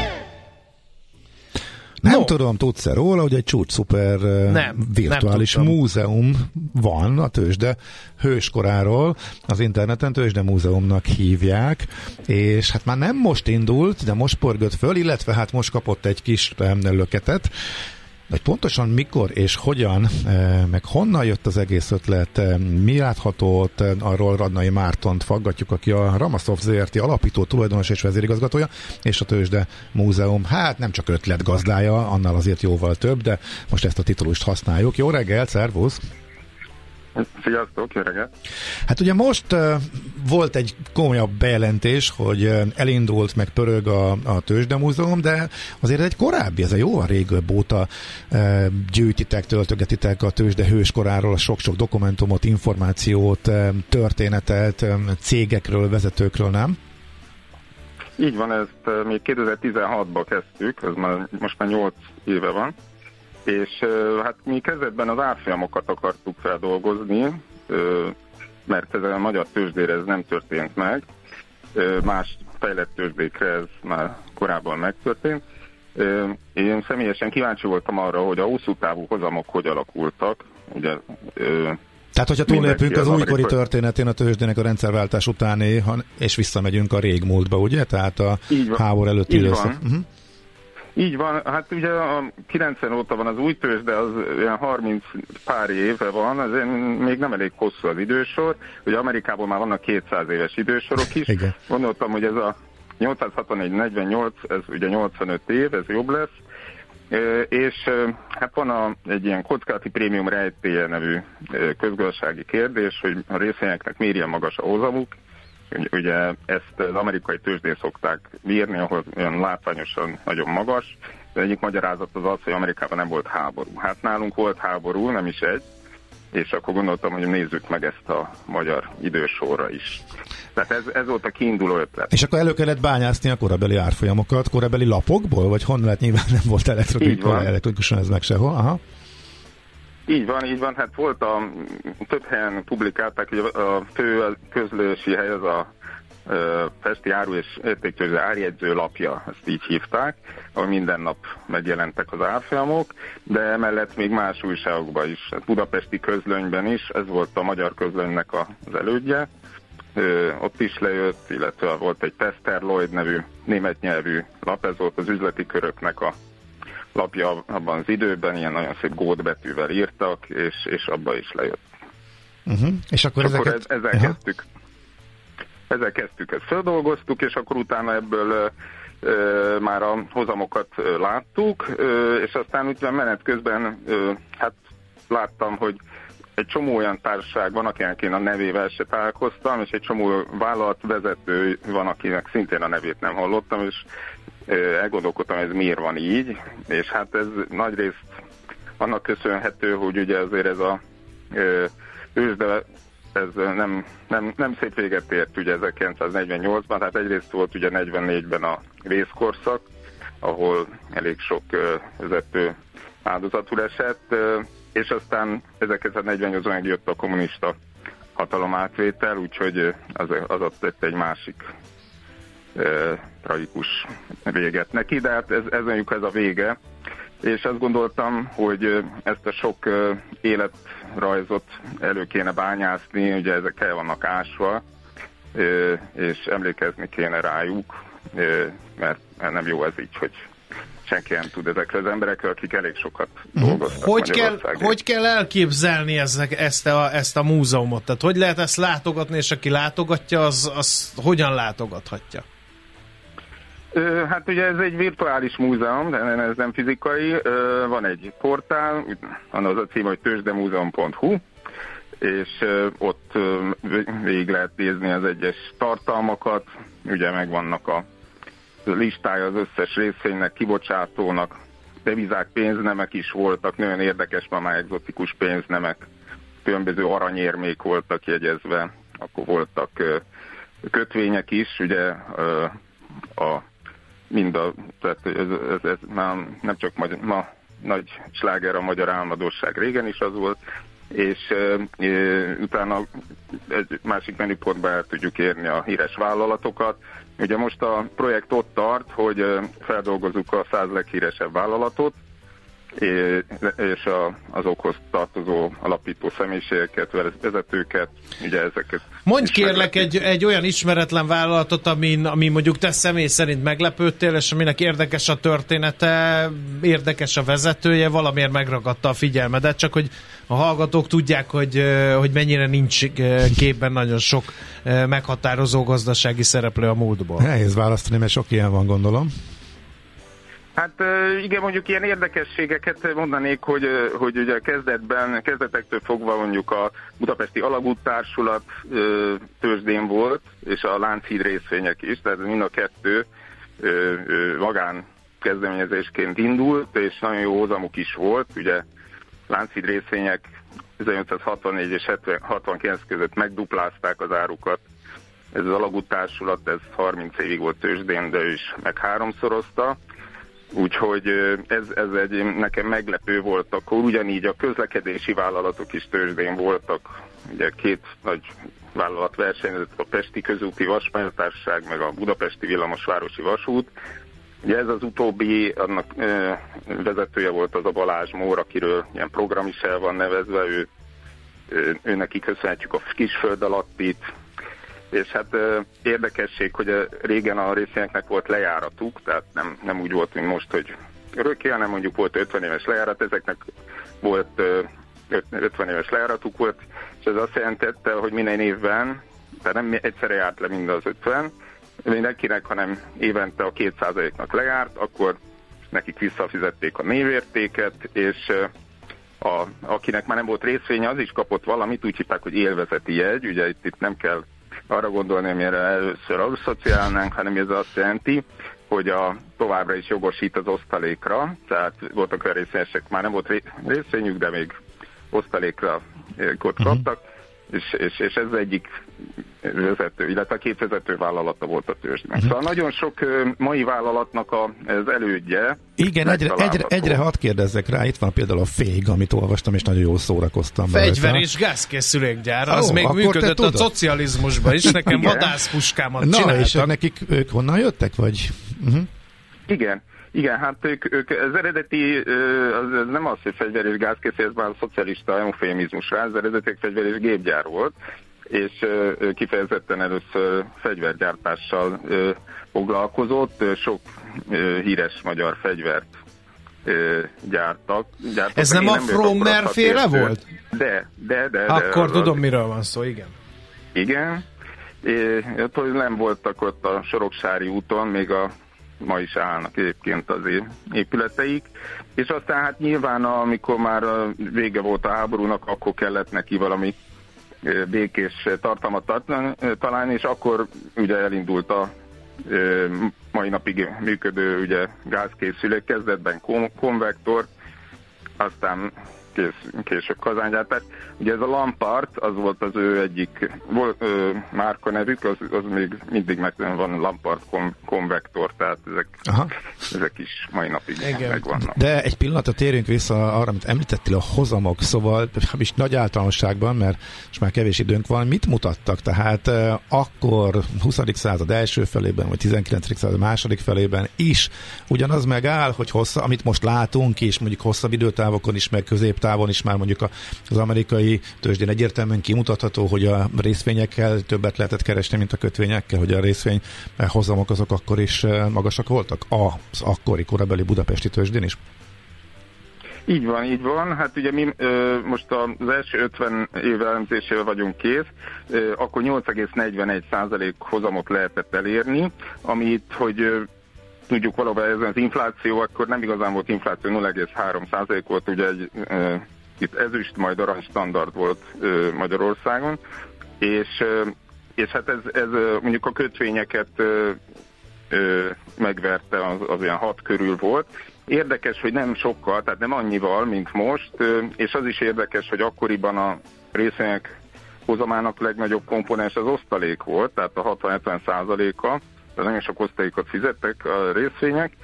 Nem tudom, tudsz-e róla, hogy egy csúcs-szuper virtuális múzeum van a tőzsde hőskoráról, az interneten Tőzsde Múzeumnak hívják, és hát már nem most indult, de most pörgött föl, illetve hát most kapott egy kis löketet, hogy pontosan mikor és hogyan, meg honnan jött az egész ötlet, mi látható ott, arról Radnai Mártont faggatjuk, aki a Ramaszov Zrt. Alapító tulajdonos és vezérigazgatója, és a Tőzsde Múzeum, hát nem csak ötletgazdája, annál azért jóval több, de most ezt a titulust használjuk. Jó reggelt, szervusz! Sziasztok, jó reggelt! Hát ugye most volt egy komolyabb bejelentés, hogy elindult, meg pörög a Tőzsde Múzeum, de azért egy korábbi, ez a jóval régőbb óta gyűjtitek, töltögetitek a tőzsde hőskoráról a sok-sok dokumentumot, információt, történetet, cégekről, vezetőkről, nem? Így van, ezt még 2016-ban kezdtük, ez most már 8 éve van. És hát mi kezdetben az árfolyamokat akartuk feldolgozni, mert ez a magyar tőzsdére ez nem történt meg, más fejlett tőzsdékre ez már korábban megtörtént. Én személyesen kíváncsi voltam arra, hogy a hosszú távú hozamok hogy alakultak. Ugye, tehát, hogyha túlépünk az újkori történetén a tőzsdének a rendszerváltás utáni, és visszamegyünk a régmúltba, ugye? Tehát a háború előtti időszak. Így van, hát ugye a 90 óta van az új tőzsde, az olyan 30 pár éve van, az még nem elég hosszú az idősor, ugye Amerikában már vannak 200 éves idősorok is. Igen. Gondoltam, hogy ez a 861-48, ez ugye 85 év, ez jobb lesz, és hát van egy ilyen kockázati prémium rejtélye nevű közgazdasági kérdés, hogy a részvényeknek milyen magas a hozamuk. Ugye ezt az amerikai tőzsdén szokták bírni, ahol olyan látványosan nagyon magas, de egyik magyarázat az az, hogy Amerikában nem volt háború. Hát nálunk volt háború, nem is egy, és akkor gondoltam, hogy nézzük meg ezt a magyar idősorra is. Tehát ez volt a kiinduló ötlet. És akkor elő kellett bányászni a korabeli árfolyamokat, korabeli lapokból, vagy honnan lehet, nyilván nem volt elektronikusan ez meg sehol? Aha. Így van, hát volt több helyen publikálták, hogy a fő közlési hely az a Pesti Áru és Értéktőzsde árjegyző lapja, ezt így hívták, ahol minden nap megjelentek az árfolyamok, de emellett még más újságokban is, budapesti közlönyben is, ez volt a Magyar Közlönynek az elődje, ott is lejött, illetve volt egy Tester Lloyd nevű német nyelvű lap, ez volt az üzleti köröknek a lapja abban az időben, ilyen nagyon szép gótbetűvel írtak, és abba is lejött. És akkor ezzel kezdtük, ezt feldolgoztuk, és akkor utána ebből már a hozamokat láttuk, és aztán ugye menet közben hát láttam, hogy egy csomó olyan társaság van, akinek én a nevével se találkoztam, és egy csomó vállalatvezető van, akinek szintén a nevét nem hallottam, és elgondolkodtam, ez miért van így, és hát ez nagyrészt annak köszönhető, hogy ugye azért ez a tőzsde, ez nem szép véget ért ugye 1948-ban, tehát egyrészt volt ugye 44-ben a vészkorszak, ahol elég sok vezető áldozatul esett, és aztán 1948-ban megjött a kommunista hatalom átvétel, úgyhogy az adott egy másik tragikus véget neki, de hát ez a vége. és azt gondoltam, hogy ezt a sok életrajzot elő kéne bányászni, ugye ezek el vannak ásva, és emlékezni kéne rájuk, mert nem jó ez így, hogy senki nem tud ezekről az emberekről, akik elég sokat dolgoztak. Hogy kell elképzelni ezt a múzeumot? Tehát hogy lehet ezt látogatni, és aki látogatja, az hogyan látogathatja? Hát ugye ez egy virtuális múzeum, de ez nem fizikai. Van egy portál, az a cím, hogy tőzsdemúzeum.hu, és ott végig lehet nézni az egyes tartalmakat, ugye megvannak a listája az összes részvénynek, kibocsátónak, devizák, pénznemek is voltak, nagyon érdekes, már egzotikus pénznemek, különböző aranyérmék voltak jegyezve, akkor voltak kötvények is, ugye tehát ez nem csak ma nagy sláger a magyar álmodosság, régen is az volt, és utána egy másik menüpontba el tudjuk érni a híres vállalatokat. Ugye most a projekt ott tart, hogy feldolgozzuk a 100 leghíresebb vállalatot, és azokhoz tartozó alapító személyiségeket, vezetőket, ugye ezeket. Mondj kérlek egy olyan ismeretlen vállalatot, ami mondjuk te személy szerint meglepődtél, és aminek érdekes a története, érdekes a vezetője, valamiért megragadta a figyelmedet, csak hogy a hallgatók tudják, hogy mennyire nincs képben nagyon sok meghatározó gazdasági szereplő a múltból. Nehéz választani, mert sok ilyen van, gondolom. Hát igen, mondjuk ilyen érdekességeket mondanék, hogy ugye kezdetektől fogva mondjuk a Budapesti Alagút Társulat tőzsdén volt, és a Lánchíd részvények is, tehát mind a kettő magán kezdeményezésként indult, és nagyon jó hozamuk is volt. Ugye Lánchíd részvények 1864 és 69 között megduplázták az árukat. Ez az Alagút Társulat, ez 30 évig volt tőzsdén, de ő is meg háromszorozta. Úgyhogy ez nekem meglepő volt akkor, ugyanígy a közlekedési vállalatok is tőzsdén voltak, ugye két nagy vállalat versenyezett, a Pesti Közúti Vasúttársaság, meg a Budapesti Villamosvárosi Vasút. Ugye ez az utóbbi, annak vezetője volt az a Balázs Mór, akiről ilyen program is el van nevezve, ő neki köszönhetjük a Kisföld alattit, és hát érdekesség, hogy régen a részvényeknek volt lejáratuk, tehát nem úgy volt, mint most, hogy örökké, hanem mondjuk volt 50 éves lejárat, ezeknek volt 50 éves lejáratuk volt, és ez azt jelentette, hogy minden évben, tehát nem egyszerre járt le mind az 50, mindenkinek, hanem évente a 2%-nak lejárt, akkor nekik visszafizették a névértéket, és akinek már nem volt részvénye, az is kapott valamit, úgy hívták, hogy élvezeti jegy, ugye itt nem kell arra gondolni, amire először asszociálnánk, hanem ez azt jelenti, hogy továbbra is jogosít az osztalékra, tehát voltak olyan részvényesek, már nem volt részvényük, de még osztalékra kaptak, és ez egyik vezető, illetve a két vezető vállalata volt a tőzsdén. Szóval nagyon sok mai vállalatnak az elődje. Igen, egyre hadd kérdezzek rá, itt van például a Fég, amit olvastam, és nagyon jól szórakoztam. Fegyver és gázkészülékgyár, az még működött a szocializmusban is, nekem vadászpuskámat csináltak. És ők honnan jöttek, vagy? Igen, hát ők az eredeti, az nem az, hogy fegyver és gázkészülék, ez már a szocialista eufémizmus rá, az eredeti fegyver és gépgyár volt, és kifejezetten először fegyvergyártással foglalkozott, sok híres magyar fegyvert gyártak. Ez nem a Frommer féle volt? De. Akkor tudom, miről van szó, igen. Igen, nem voltak ott a Soroksári úton, még ma is állnak egyébként az épületeik, és aztán hát nyilván amikor már vége volt a háborúnak, akkor kellett neki valami békés tartalmat találni, és akkor ugye elindult a mai napig működő ugye gázkészülék, kezdetben konvektor, aztán később kazángyártás. Ugye ez a Lampart, az volt az ő egyik márka nevük, az még mindig van Lampart konvektor, tehát ezek is mai napig megvannak. De egy pillanatra térjünk vissza arra, amit említettél, a hozamok, szóval is nagy általánosságban, mert most már kevés időnk van, mit mutattak? Tehát akkor 20. század első felében, vagy 19. század második felében is ugyanaz megáll, hogy amit most látunk is, mondjuk hosszabb időtávokon is, meg középtávon is már mondjuk az amerikai tőzsdén egyértelműen kimutatható, hogy a részvényekkel többet lehetett keresni, mint a kötvényekkel, hogy a részvény hozamok azok akkor is magasak voltak az akkori korabeli budapesti tőzsdén is? Így van. Hát ugye mi most az első 50 év elemzésével vagyunk kész, akkor 8,41% hozamot lehetett elérni, amit, hogy tudjuk valóban ez az infláció, akkor nem igazán volt infláció, 0,3% volt, ugye itt ezüst, majd arany standard volt Magyarországon, és hát ez mondjuk a kötvényeket megverte, az olyan 6 körül volt. Érdekes, hogy nem sokkal, tehát nem annyival, mint most, és az is érdekes, hogy akkoriban a részvények hozamának legnagyobb komponens az osztalék volt, tehát a 60-70%-a, tehát nagyon sok osztalékot fizettek a részvények,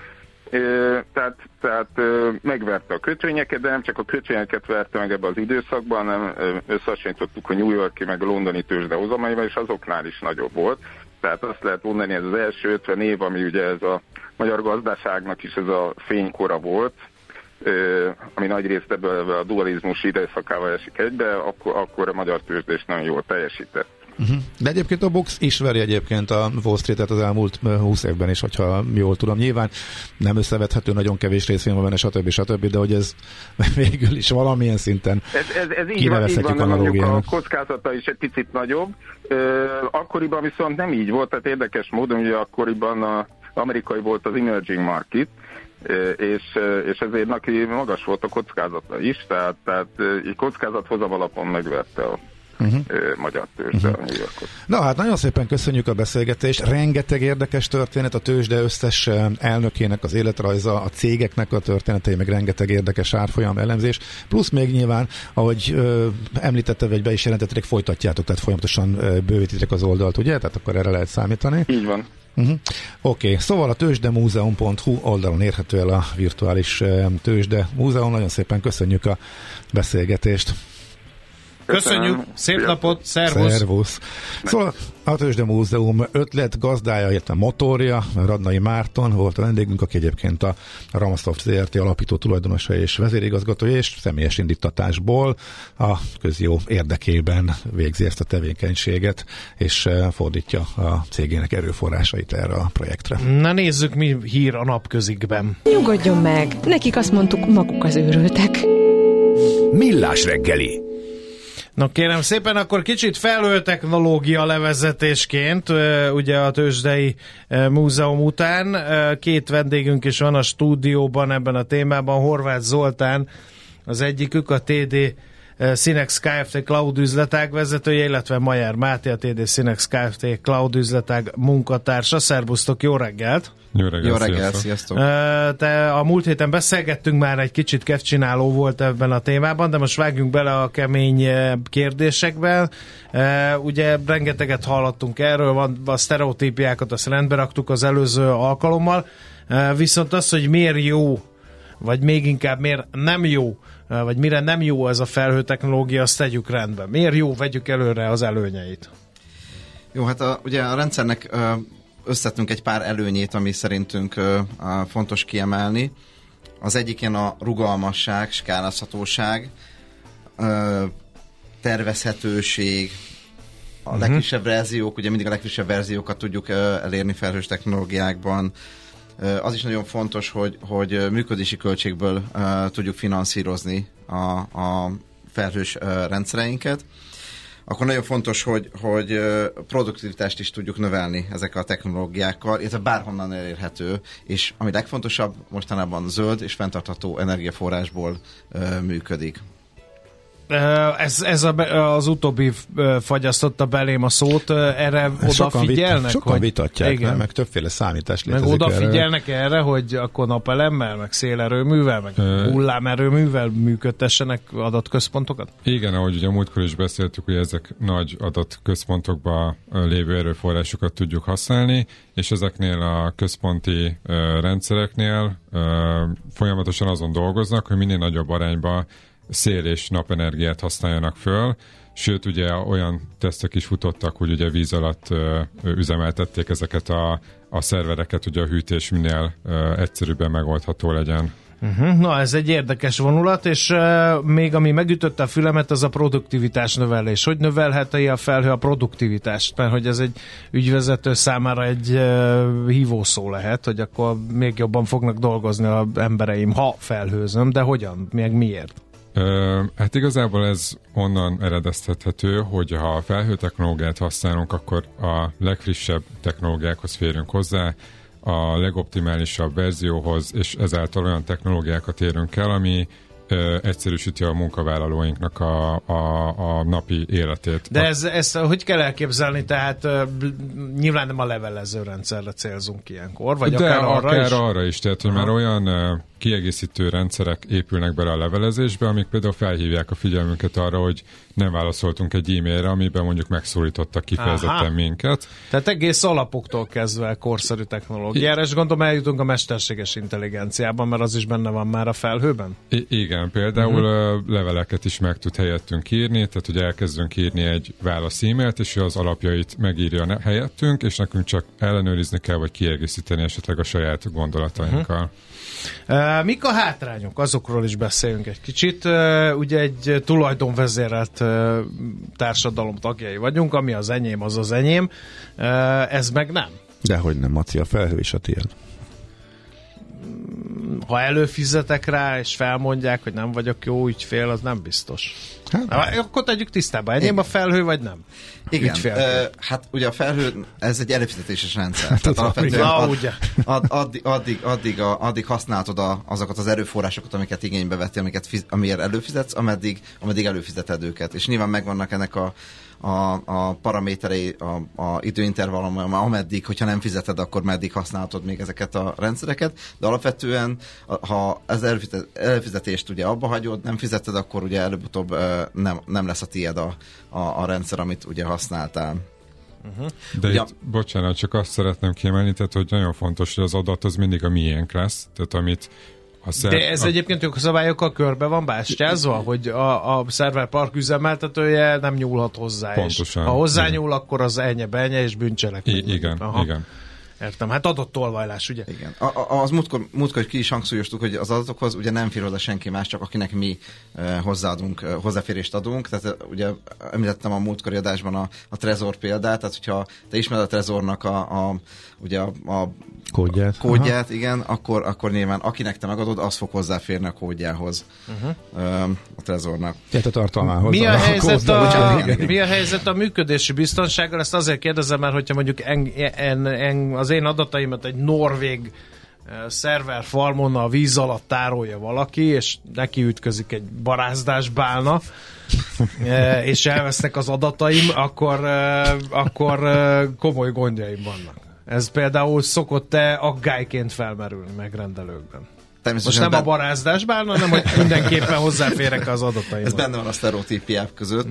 tehát megverte a kötvényeket, de nem csak a kötvényeket verte meg ebbe az időszakban, hanem összehasonlítottuk a New York-i meg a londoni tőzsde hozamaival, és azoknál is nagyobb volt. Tehát azt lehet mondani, ez az első 50 év, ami ugye ez a magyar gazdaságnak is ez a fénykora volt, ami nagyrészt ebből a dualizmus időszakával esik egybe, akkor a magyar tőzsde is nagyon jól teljesített. De egyébként a box is veri egyébként a Wall Street-et az elmúlt 20 évben is, hogyha jól tudom. Nyilván nem összevethető, nagyon kevés részvény van benne, stb., de hogy ez végül is valamilyen szinten kinevezhetjük analógiának. A kockázata is egy picit nagyobb. Akkoriban viszont nem így volt, tehát érdekes módon, ugye akkoriban az amerikai volt az emerging market, és ezért neki magas volt a kockázata is, tehát egy kockázathozam alapon megverte a magyar tőzsde a New Yorkot. Na hát nagyon szépen köszönjük a beszélgetést, rengeteg érdekes történet, a tőzsde összes elnökének az életrajza, a cégeknek a történetei, meg rengeteg érdekes árfolyam elemzés, plusz még nyilván, ahogy említette, vagy be is jelentették, folytatjátok, tehát folyamatosan bővítitek az oldalt, ugye? Tehát akkor erre lehet számítani. Így van. Oké, szóval a tőzsdemúzeum.hu oldalon érhető el a virtuális tőzsde múzeum. Nagyon szépen köszönjük a beszélgetést. Köszönjük, szép napot, szervusz! Szóval a Tőzsde Múzeum ötlet gazdája, illetve motorja, Radnai Márton volt a vendégünk, aki egyébként a Ramasoft ZRT alapító tulajdonosa és vezérigazgatója, és személyes indítatásból a közjó érdekében végzi ezt a tevékenységet, és fordítja a cégének erőforrásait erre a projektre. Na nézzük, mi hír a napközikben. Nyugodjon meg, nekik azt mondtuk, maguk az őrültek. Millás reggeli. Na kérem szépen, akkor kicsit felhőtechnológia levezetésként, ugye a Tőzsdei Múzeum után két vendégünk is van a stúdióban ebben a témában, Horváth Zoltán az egyikük, a TD Synex Kft. Cloud üzletág vezetője, illetve Mayer Máté, a TD Synex Kft. Cloud üzletág munkatársa. Szerbusztok, jó reggelt! Jó reggelt, sziasztok! Te a múlt héten beszélgettünk már, egy kicsit kevcsináló volt ebben a témában, de most vágjunk bele a kemény kérdésekben. Ugye rengeteget hallottunk erről, a sztereotípiákat azt rendbe raktuk az előző alkalommal, viszont az, hogy miért jó, vagy még inkább miért nem jó, vagy mire nem jó ez a felhőtechnológia, azt tegyük rendbe. Miért jó, vegyük előre az előnyeit? Jó, hát ugye a rendszernek összettünk egy pár előnyét, ami szerintünk fontos kiemelni. Az egyik ilyen a rugalmasság, skálázhatóság, tervezhetőség, a legfrissebb verziók, ugye mindig a legfrissebb verziókat tudjuk elérni felhős technológiákban. Az is nagyon fontos, hogy működési költségből tudjuk finanszírozni a felhős rendszereinket. Akkor nagyon fontos, hogy produktivitást is tudjuk növelni ezekkel a technológiákkal, illetve bárhonnan elérhető, és ami legfontosabb, mostanában zöld és fenntartható energiaforrásból működik. Ez az utóbbi fagyasztotta belém a szót, erre odafigyelnek? Sokan vitatják, nem? Meg többféle számítás létezik. Meg odafigyelnek erre, hogy akkor napelemmel, meg szélerőművel, meg hullámerőművel működtessenek adatközpontokat? Igen, ahogy ugye múltkor is beszéltük, hogy ezek nagy adatközpontokban lévő erőforrásokat tudjuk használni, és ezeknél a központi rendszereknél folyamatosan azon dolgoznak, hogy minél nagyobb arányban szél- és napenergiát használjanak föl, sőt ugye olyan tesztek is futottak, hogy ugye víz alatt üzemeltették ezeket a szervereket, hogy a hűtés minél egyszerűbben megoldható legyen. Na, ez egy érdekes vonulat, és még ami megütötte a fülemet, az a produktivitás növelés. Hogy növelheti a felhő a produktivitást? Mert hogy ez egy ügyvezető számára egy hívószó lehet, hogy akkor még jobban fognak dolgozni az embereim, ha felhőzöm, de hogyan? Meg miért? Hát igazából ez onnan eredeztethető, hogy ha a felhő technológiát használunk, akkor a legfrissebb technológiákhoz férünk hozzá, a legoptimálisabb verzióhoz, és ezáltal olyan technológiákat érünk el, ami egyszerűsíti a munkavállalóinknak a napi életét. De ezt hogy kell elképzelni? Tehát nyilván nem a levelező rendszerre célzunk ilyenkor, vagy de akár arra is. Tehát, hogy már olyan kiegészítő rendszerek épülnek bele a levelezésbe, amik például felhívják a figyelmünket arra, hogy nem válaszoltunk egy e-mailre, amiben mondjuk megszólítottak kifejezetten minket. Tehát egész alapoktól kezdve korszerű technológiára, és gondolom eljutunk a mesterséges intelligenciában, mert az is benne van már a felhőben? Igen, például leveleket is meg tud helyettünk írni, tehát hogy elkezdünk írni egy válasz e-mailt, és az alapjait megírja helyettünk, és nekünk csak ellenőrizni kell, vagy kiegészíteni esetleg a saját gondolatainkkal. Mik a hátrányok? Azokról is beszéljünk egy kicsit. Ugye egy tulajdonvezérelt társadalom tagjai vagyunk, ami az enyém, az az enyém. Ez meg nem. Dehogy nem, Maci, a felhő is a tiéd. Ha előfizetek rá, és felmondják, hogy nem vagyok jó ügyfél, az nem biztos. Akkor tegyük tisztába, enyém a felhő, vagy nem? Igen, hát ugye a felhő, ez egy előfizetéses rendszer. Tehát alapvetően addig használtod azokat az erőforrásokat, amiket igénybe vettél, amiért előfizetsz, ameddig előfizeted őket. És nyilván megvannak ennek a paraméterei, a időintervallum, ameddig, hogyha nem fizeted, akkor meddig használhatod még ezeket a rendszereket, de alapvetően, ha az előfizetést ugye abba hagyod, nem fizeted, akkor ugye előbb-utóbb nem lesz a tiéd a rendszer, amit ugye használtál. De itt, bocsánat, csak azt szeretném kiemelni, tehát, hogy nagyon fontos, hogy az adat az mindig a miénk lesz, tehát amit de ez egyébként a szabályokkal körbe van bástyázva, hogy a szerverpark üzemeltetője nem nyúlhat hozzá. Pontosan. Ha hozzányúl, akkor az benye és bűncselekmény. Igen. Értem, hát adott tolvajlás, ugye? Igen. Az múltkor ki is hangsúlyoztuk, hogy az adatokhoz ugye nem fér hozzá senki más, csak akinek mi hozzáférést adunk. Tehát ugye említettem a múltkori adásban a Trezor példát, tehát hogyha te ismered a Trezornak ugye a kódját, igen, akkor nyilván akinek te megadod, az fog hozzáférni a kódjához a Trezornak. Tehát a tartalmához. Mi a helyzet a működési biztonsággal? Ezt azért kérdezem, mert hogyha mondjuk az én adataimat egy norvég szerverfarmon a víz alatt tárolja valaki, és neki ütközik egy barázdás bálna, és elvesznek az adataim, akkor komoly gondjaim vannak. Ez például szokott-e aggályként felmerülni megrendelőkben? Most nem a barázdás bálna, hanem hogy mindenképpen hozzáférek az adataimhoz. Ez benne van a sztereotípiák között.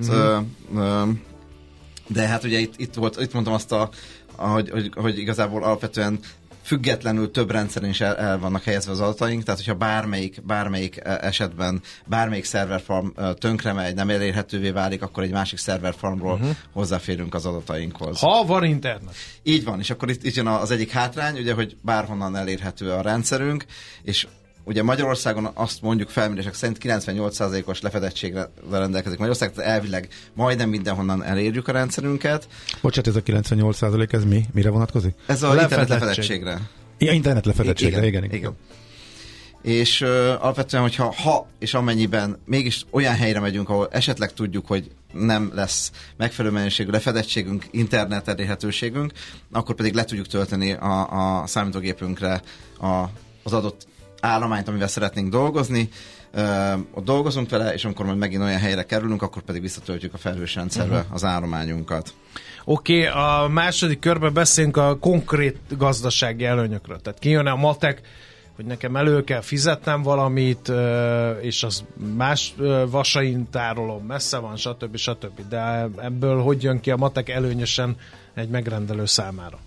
De hát ugye itt mondtam azt, hogy igazából alapvetően függetlenül több rendszeren is el vannak helyezve az adataink, tehát hogyha bármelyik esetben bármelyik szerverfarm tönkre megy, nem elérhetővé válik, akkor egy másik szerverfarmról hozzáférünk az adatainkhoz. Ha van internet. Így van, és akkor itt jön az egyik hátrány, ugye, hogy bárhonnan elérhető a rendszerünk, és ugye Magyarországon azt mondjuk felmérések szerint 98%-os lefedettségre rendelkezik Magyarország, tehát elvileg majdnem mindenhonnan elérjük a rendszerünket. Bocsánat, ez a 98% ez mi? Mire vonatkozik? Ez a internet lefedettségre. Ja, internet lefedettségre, igen. És alapvetően, hogyha és amennyiben mégis olyan helyre megyünk, ahol esetleg tudjuk, hogy nem lesz megfelelő mennyiségű lefedettségünk, internet elérhetőségünk, akkor pedig le tudjuk tölteni a számítógépünkre az adott állományt, amivel szeretnénk dolgozni. ott dolgozunk vele, és amikor majd megint olyan helyre kerülünk, akkor pedig visszatöltjük a felhős rendszerbe az állományunkat. Oké, a második körben beszélünk a konkrét gazdasági előnyökről. Tehát kijön-e a matek, hogy nekem elő kell fizetnem valamit, és az más vasain tárolom, messze van, stb. De ebből hogy jön ki a matek előnyösen egy megrendelő számára?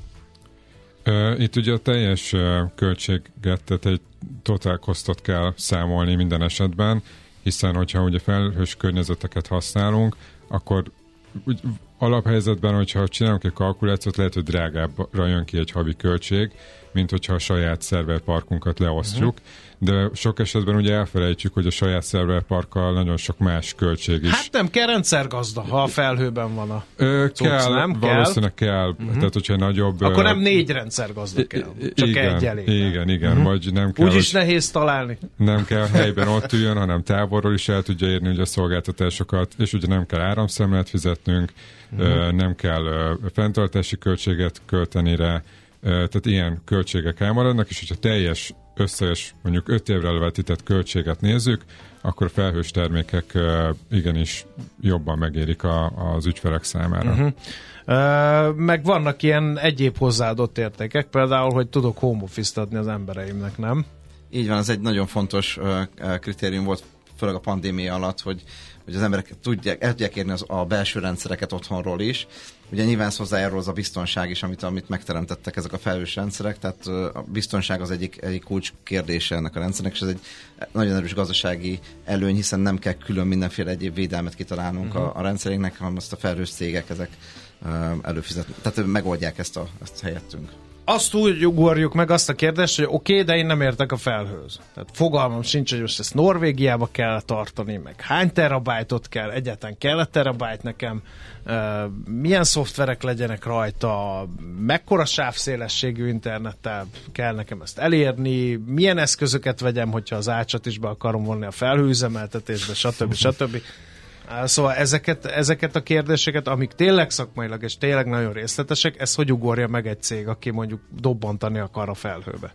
Itt ugye a teljes költséget, tehát egy total costot kell számolni minden esetben, hiszen hogyha ugye felhős környezeteket használunk, akkor alaphelyzetben, hogyha csinálunk egy kalkulációt, lehet, hogy drágábbra jön ki egy havi költség, mint hogyha a saját szerverparkunkat leosztjuk, de sok esetben ugye elfelejtjük, hogy a saját szerverparkkal nagyon sok más költség is. Hát nem kell rendszergazda, ha a felhőben van a kell, nem valószínűleg kell. Tehát, hogyha nagyobb... Akkor nem 4 rendszergazda kell, csak igen, egy elég. Igen, vagy nem kell... Úgyis nehéz találni. Nem kell helyben ott üljön, hanem távolról is el tudja érni ugye a szolgáltatásokat, és ugye nem kell áramszámlát fizetnünk, nem kell fenntartási költséget költeni rá, tehát ilyen költségek elmaradnak, és hogyha teljes összes, mondjuk 5 évre elővetített költséget nézzük, akkor a felhős termékek igenis jobban megérik az ügyfelek számára. Meg vannak ilyen egyéb hozzáadott értékek, például, hogy tudok home office-t adni az embereimnek, nem? Így van, ez egy nagyon fontos kritérium volt, főleg a pandémia alatt, hogy az emberek el tudják érni a belső rendszereket otthonról is. Ugye nyilván ez hozzájárul az a biztonság is, amit megteremtettek ezek a felhős rendszerek, tehát a biztonság az egyik kulcs kérdése ennek a rendszernek, és ez egy nagyon erős gazdasági előny, hiszen nem kell külön mindenféle egyéb védelmet kitalálnunk a rendszerünknek, hanem azt a felhős cégek ezek előfizetnek, tehát megoldják ezt helyettünk. Azt úgy ugorjuk meg azt a kérdést, hogy oké, de én nem értek a felhőz. Tehát fogalmam sincs, hogy most ezt Norvégiába kell tartani, meg hány terabájtot kell, egyáltalán kell terabájt nekem, milyen szoftverek legyenek rajta, mekkora sávszélességű internettel kell nekem ezt elérni, milyen eszközöket vegyem, hogyha az ácsat is be akarom vonni a felhőüzemeltetésbe, stb. Szóval ezeket a kérdéseket, amik tényleg szakmailag és tényleg nagyon részletesek, ez hogy ugorja meg egy cég, aki mondjuk dobbantani akar a felhőbe?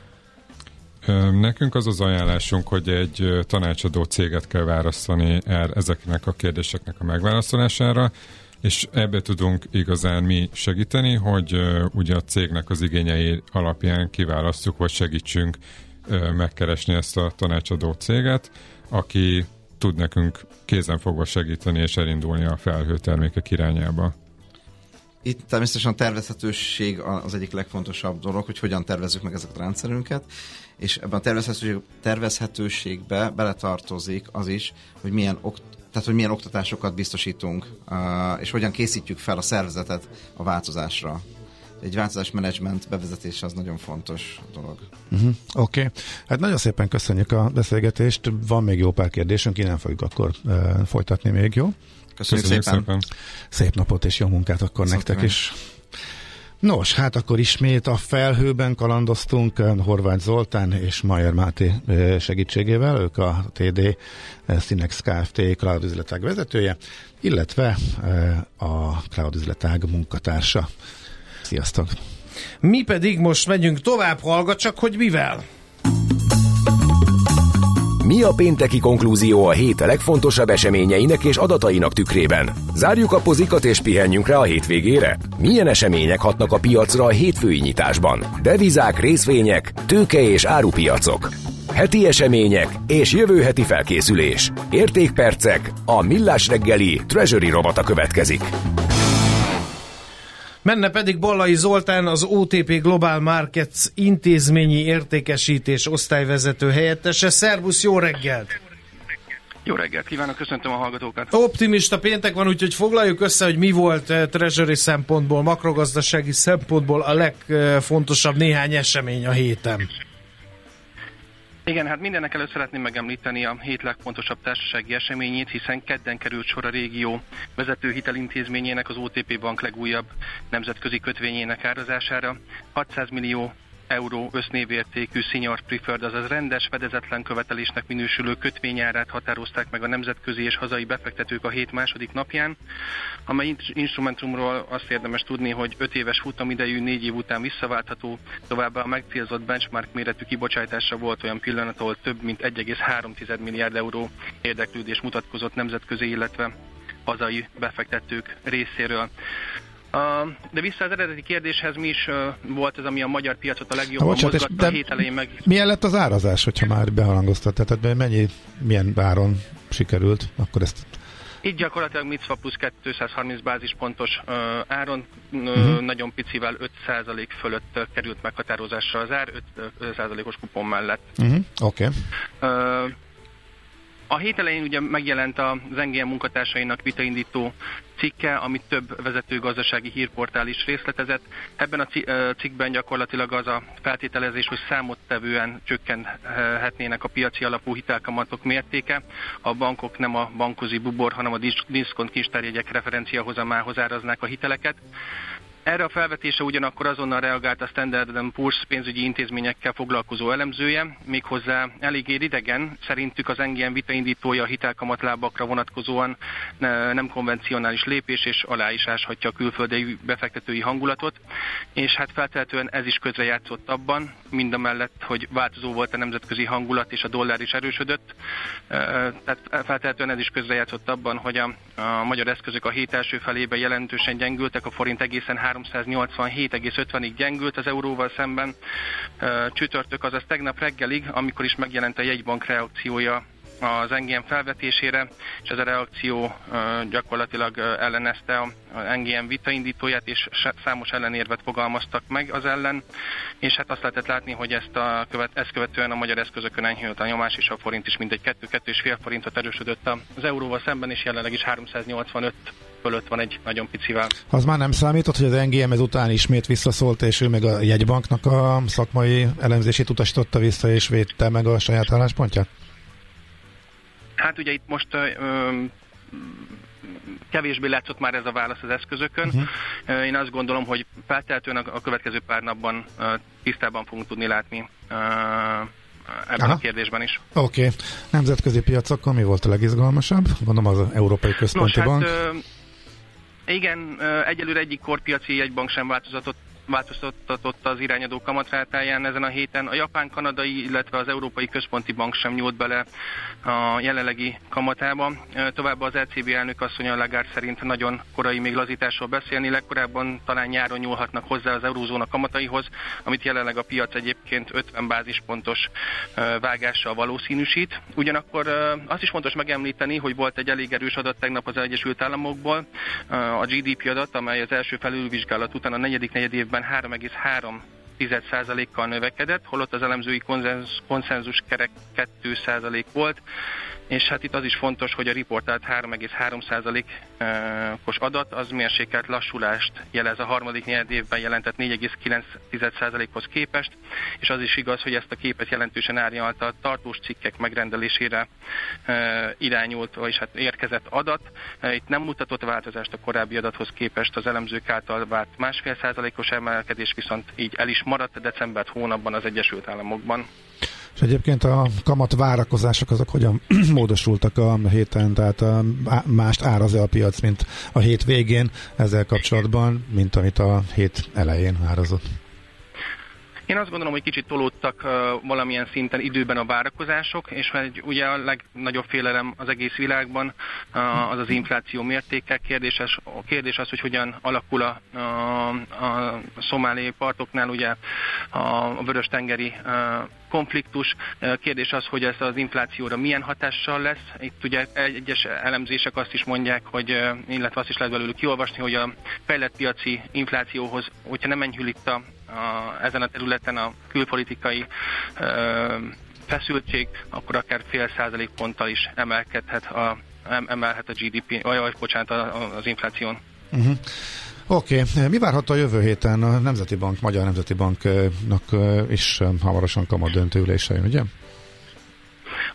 Nekünk az az ajánlásunk, hogy egy tanácsadó céget kell választani ezeknek a kérdéseknek a megválaszolására, és ebbe tudunk igazán mi segíteni, hogy ugye a cégnek az igényei alapján kiválasztjuk, vagy segítsünk megkeresni ezt a tanácsadó céget, aki tud nekünk kézenfogva segíteni és elindulni a felhő termékek irányába. Itt természetesen a tervezhetőség az egyik legfontosabb dolog, hogy hogyan tervezzük meg ezeket a rendszerünket, és ebben a tervezhetőségbe beletartozik az is, hogy milyen oktatásokat biztosítunk, és hogyan készítjük fel a szervezetet a változásra. Egy változásmenedzsment bevezetése az nagyon fontos dolog. Oké. Hát nagyon szépen köszönjük a beszélgetést. Van még jó pár kérdésünk, innen fogjuk akkor folytatni még, jó? Köszönjük szépen. Szép napot és jó munkát akkor nektek is. Nos, hát akkor ismét a felhőben kalandoztunk Horváth Zoltán és Mayer Máté segítségével, ők a TD Synex Kft. Cloud üzletág vezetője, illetve a Cloud üzletág munkatársa. Sziasztok! Mi pedig most megyünk tovább, hallgat csak, hogy mivel? Mi a pénteki konklúzió a hét legfontosabb eseményeinek és adatainak tükrében? Zárjuk a pozikat és pihenjünk rá a hétvégére? Milyen események hatnak a piacra a hétfői nyitásban? Devizák, részvények, tőke és árupiacok. Heti események és jövő heti felkészülés. Értékpercek, a Millás reggeli Treasury rovata következik. Menne pedig Bollai Zoltán, az OTP Global Markets intézményi értékesítés osztályvezető helyettese. Szervusz, jó reggelt! Jó reggelt kívánok, köszöntöm a hallgatókat! Optimista péntek van, úgyhogy foglaljuk össze, hogy mi volt treasury szempontból, makrogazdasági szempontból a legfontosabb néhány esemény a héten. Igen, hát mindenek előtt szeretném megemlíteni a hét legfontosabb társasági eseményét, hiszen kedden került sor a régió vezető hitelintézményének, az OTP Bank legújabb nemzetközi kötvényének árazására. 600 millió euró össznévértékű senior preferred, azaz rendes, fedezetlen követelésnek minősülő kötvényárát határozták meg a nemzetközi és hazai befektetők a hét második napján, amely instrumentumról azt érdemes tudni, hogy 5 éves futamidejű, 4 év után visszaváltható, továbbá a megcélzott benchmark méretű kibocsátásra volt olyan pillanat, ahol több mint 1,3 milliárd euró érdeklődés mutatkozott nemzetközi, illetve hazai befektetők részéről. De vissza az eredeti kérdéshez, mi is volt ez, ami a magyar piacot a legjobban mozgatta a hét elején meg. Milyen lett az árazás, hogyha már beharangoztat? Tehát milyen áron sikerült? Akkor ezt... Itt gyakorlatilag MICFA plusz 230 bázispontos áron, nagyon picivel 5% fölött került meghatározásra az ár, 5%-os kupon mellett. Oké. A hét elején ugye megjelent az NGM munkatársainak vitaindító cikke, amit több vezető gazdasági hírportál is részletezett. Ebben a cikkben gyakorlatilag az a feltételezés, hogy számottevően csökkenhetnének a piaci alapú hitelkamatok mértéke. A bankok nem a bankközi bubor, hanem a diszkont kincstárjegyek referenciahozamához áraznák a hiteleket. Erre a felvetésre ugyanakkor azonnal reagált a Standard & Poor's pénzügyi intézményekkel foglalkozó elemzője, méghozzá eléggé idegen, szerintük az NGM vitaindítója a hitelkamatlábakra vonatkozóan nem konvencionális lépés, és alá is áshatja a külföldi befektetői hangulatot, és hát feltehetően ez is közrejátszott abban, mindamellett, hogy változó volt a nemzetközi hangulat, és a dollár is erősödött, tehát feltehetően ez is közrejátszott abban, hogy a magyar eszközök a hét első felében jelentősen gyengültek, a forint egészen 387,50-ig gyengült az euróval szemben csütörtök, azaz tegnap reggelig, amikor is megjelent a jegybank reakciója az NGM felvetésére, és ez a reakció gyakorlatilag ellenezte a NGM vitaindítóját, és számos ellenérvet fogalmaztak meg az ellen, és hát azt lehetett látni, hogy ezt követően a magyar eszközökön enyhült a nyomás, és a forint is mindegy 2-2,5 forintot erősödött az euróval szemben, és jelenleg is 385 fölött van egy nagyon picivel. Az már nem számított, hogy az NGM ezután ismét visszaszólt, és ő meg a jegybanknak a szakmai elemzését utasította vissza, és védte meg a saját álláspontját? Hát ugye itt most kevésbé látszott már ez a válasz az eszközökön. Én azt gondolom, hogy feltehetően a következő pár napban tisztában fogunk tudni látni ebben a kérdésben is. Oké. Nemzetközi piacokon mi volt a legizgalmasabb? Gondolom az Európai Központi Bank. Igen, egyelőre egyik korpiaci jegybank sem változtatott az irányadó kamatrátáján ezen a héten. A japán, kanadai, illetve az Európai Központi Bank sem nyúlt bele a jelenlegi kamatába. Továbbá az ECB elnök asszony, a Lagarde szerint nagyon korai még lazításról beszélni, legkorábban talán nyáron nyúlhatnak hozzá az eurózóna kamataihoz, amit jelenleg a piac egyébként 50 bázispontos vágással valószínűsít. Ugyanakkor azt is fontos megemlíteni, hogy volt egy elég erős adat tegnap az Egyesült Államokból, a GDP adat, amely az első felülvizsgálat után a negyedik negyedévben 3,3%-kal növekedett, holott az elemzői konszenzus kerek 2% volt, és hát itt az is fontos, hogy a riportált 3,3%-os adat az mérsékelt lassulást jelez a harmadik negyedévben jelentett 4,9%-hoz képest, és az is igaz, hogy ezt a képet jelentősen árnyalta a tartós cikkek megrendelésére irányult, vagyis hát érkezett adat. Itt nem mutatott változást a korábbi adathoz képest, az elemzők által várt 1,5%-os emelkedés viszont így el is maradt december hónapban az Egyesült Államokban. És egyébként a kamat várakozások azok hogyan módosultak a héten, tehát mást áraz-e a piac, mint a hét végén ezzel kapcsolatban, mint amit a hét elején árazott? Én azt gondolom, hogy kicsit tolódtak valamilyen szinten időben a várakozások, és ugye a legnagyobb félelem az egész világban az az infláció mértéke. Kérdés az, hogy hogyan alakul a szomáli partoknál ugye a vörös-tengeri konfliktus. Kérdés az, hogy ez az inflációra milyen hatással lesz. Itt ugye egyes elemzések azt is mondják, hogy, illetve azt is lehet belőlük kiolvasni, hogy a fejlett piaci inflációhoz, hogyha nem enyhül itt ezen a területen a külpolitikai feszültség, akkor akár 0,5 ponttal is emelhet a GDP, az infláción. Oké. Mi várható a jövő héten? A Nemzeti Bank, Magyar Nemzeti Banknak is hamarosan kamat döntő ülései, ugye?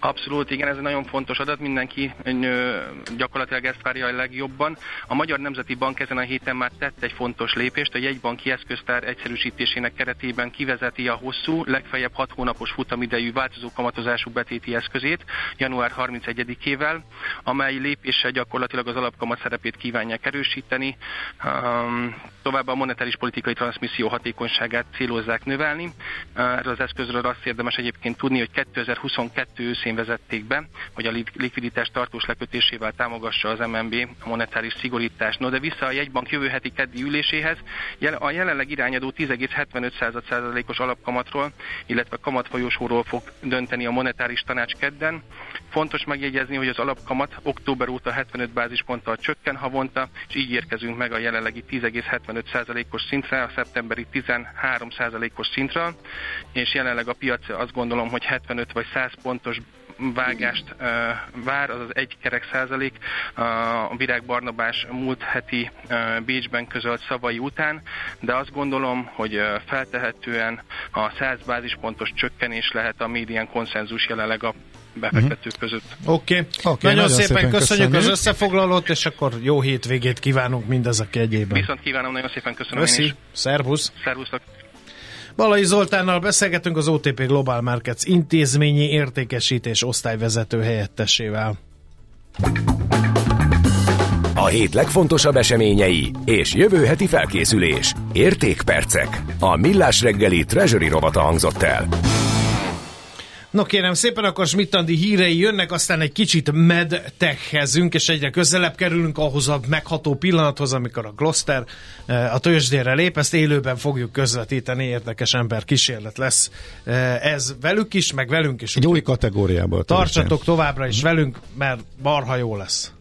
Abszolút, igen, ez egy nagyon fontos adat, mindenki gyakorlatilag ezt várja a legjobban. A Magyar Nemzeti Bank ezen a héten már tett egy fontos lépést, a jegybanki eszköztár egyszerűsítésének keretében kivezeti a hosszú, legfeljebb 6 hónapos futamidejű változó kamatozású betéti eszközét január 31-ével, amely lépéssel gyakorlatilag az alapkamat szerepét kívánják erősíteni, továbbá a monetáris politikai transzmisszió hatékonyságát célozzák növelni. Erről az eszközről azt érdemes egyébként tudni, hogy 2022 őszén vezették be, hogy a likviditás tartós lekötésével támogassa az MNB a monetáris szigorítást. No, de vissza a jegybank jövő heti keddi üléséhez, a jelenleg irányadó 10,75%-os alapkamatról, illetve kamatfolyósóról fog dönteni a monetáris tanács kedden. Fontos megjegyezni, hogy az alapkamat október óta 75 bázisponttal csökken havonta, és így érkezünk meg a jelenlegi 10,75%-os szintre, a szeptemberi 13%-os szintre, és jelenleg a piac azt gondolom, hogy 75 vagy 100 pontos vágást vár, azaz 1 kerek százalék a Virág Barnabás múlt heti Bécsben közölt szavai után, de azt gondolom, hogy feltehetően a 100 bázispontos csökkenés lehet a médián konszenzus jelenleg a befektetők között. Oké. Nagyon szépen köszönjük az összefoglalót, és akkor jó hétvégét kívánunk mindezek egyében. Viszont kívánom, nagyon szépen köszönöm. Köszi. Én is. Szervusz. Szervusztok. Balai Zoltánnal beszélgetünk, az OTP Global Markets intézményi értékesítés osztályvezető helyettesével. A hét legfontosabb eseményei és jövő heti felkészülés. Értékpercek. A Millás reggeli Treasury rovata hangzott el. No kérem szépen, akkor Schmidt-Andi hírei jönnek, aztán egy kicsit medtechezünk, és egyre közelebb kerülünk ahhoz a megható pillanathoz, amikor a Gloster a tőzsdére lép, ezt élőben fogjuk közvetíteni, érdekes ember kísérlet lesz. Ez velük is, meg velünk is. Egy új kategóriából. Tartsatok továbbra is velünk, mert marha jó lesz.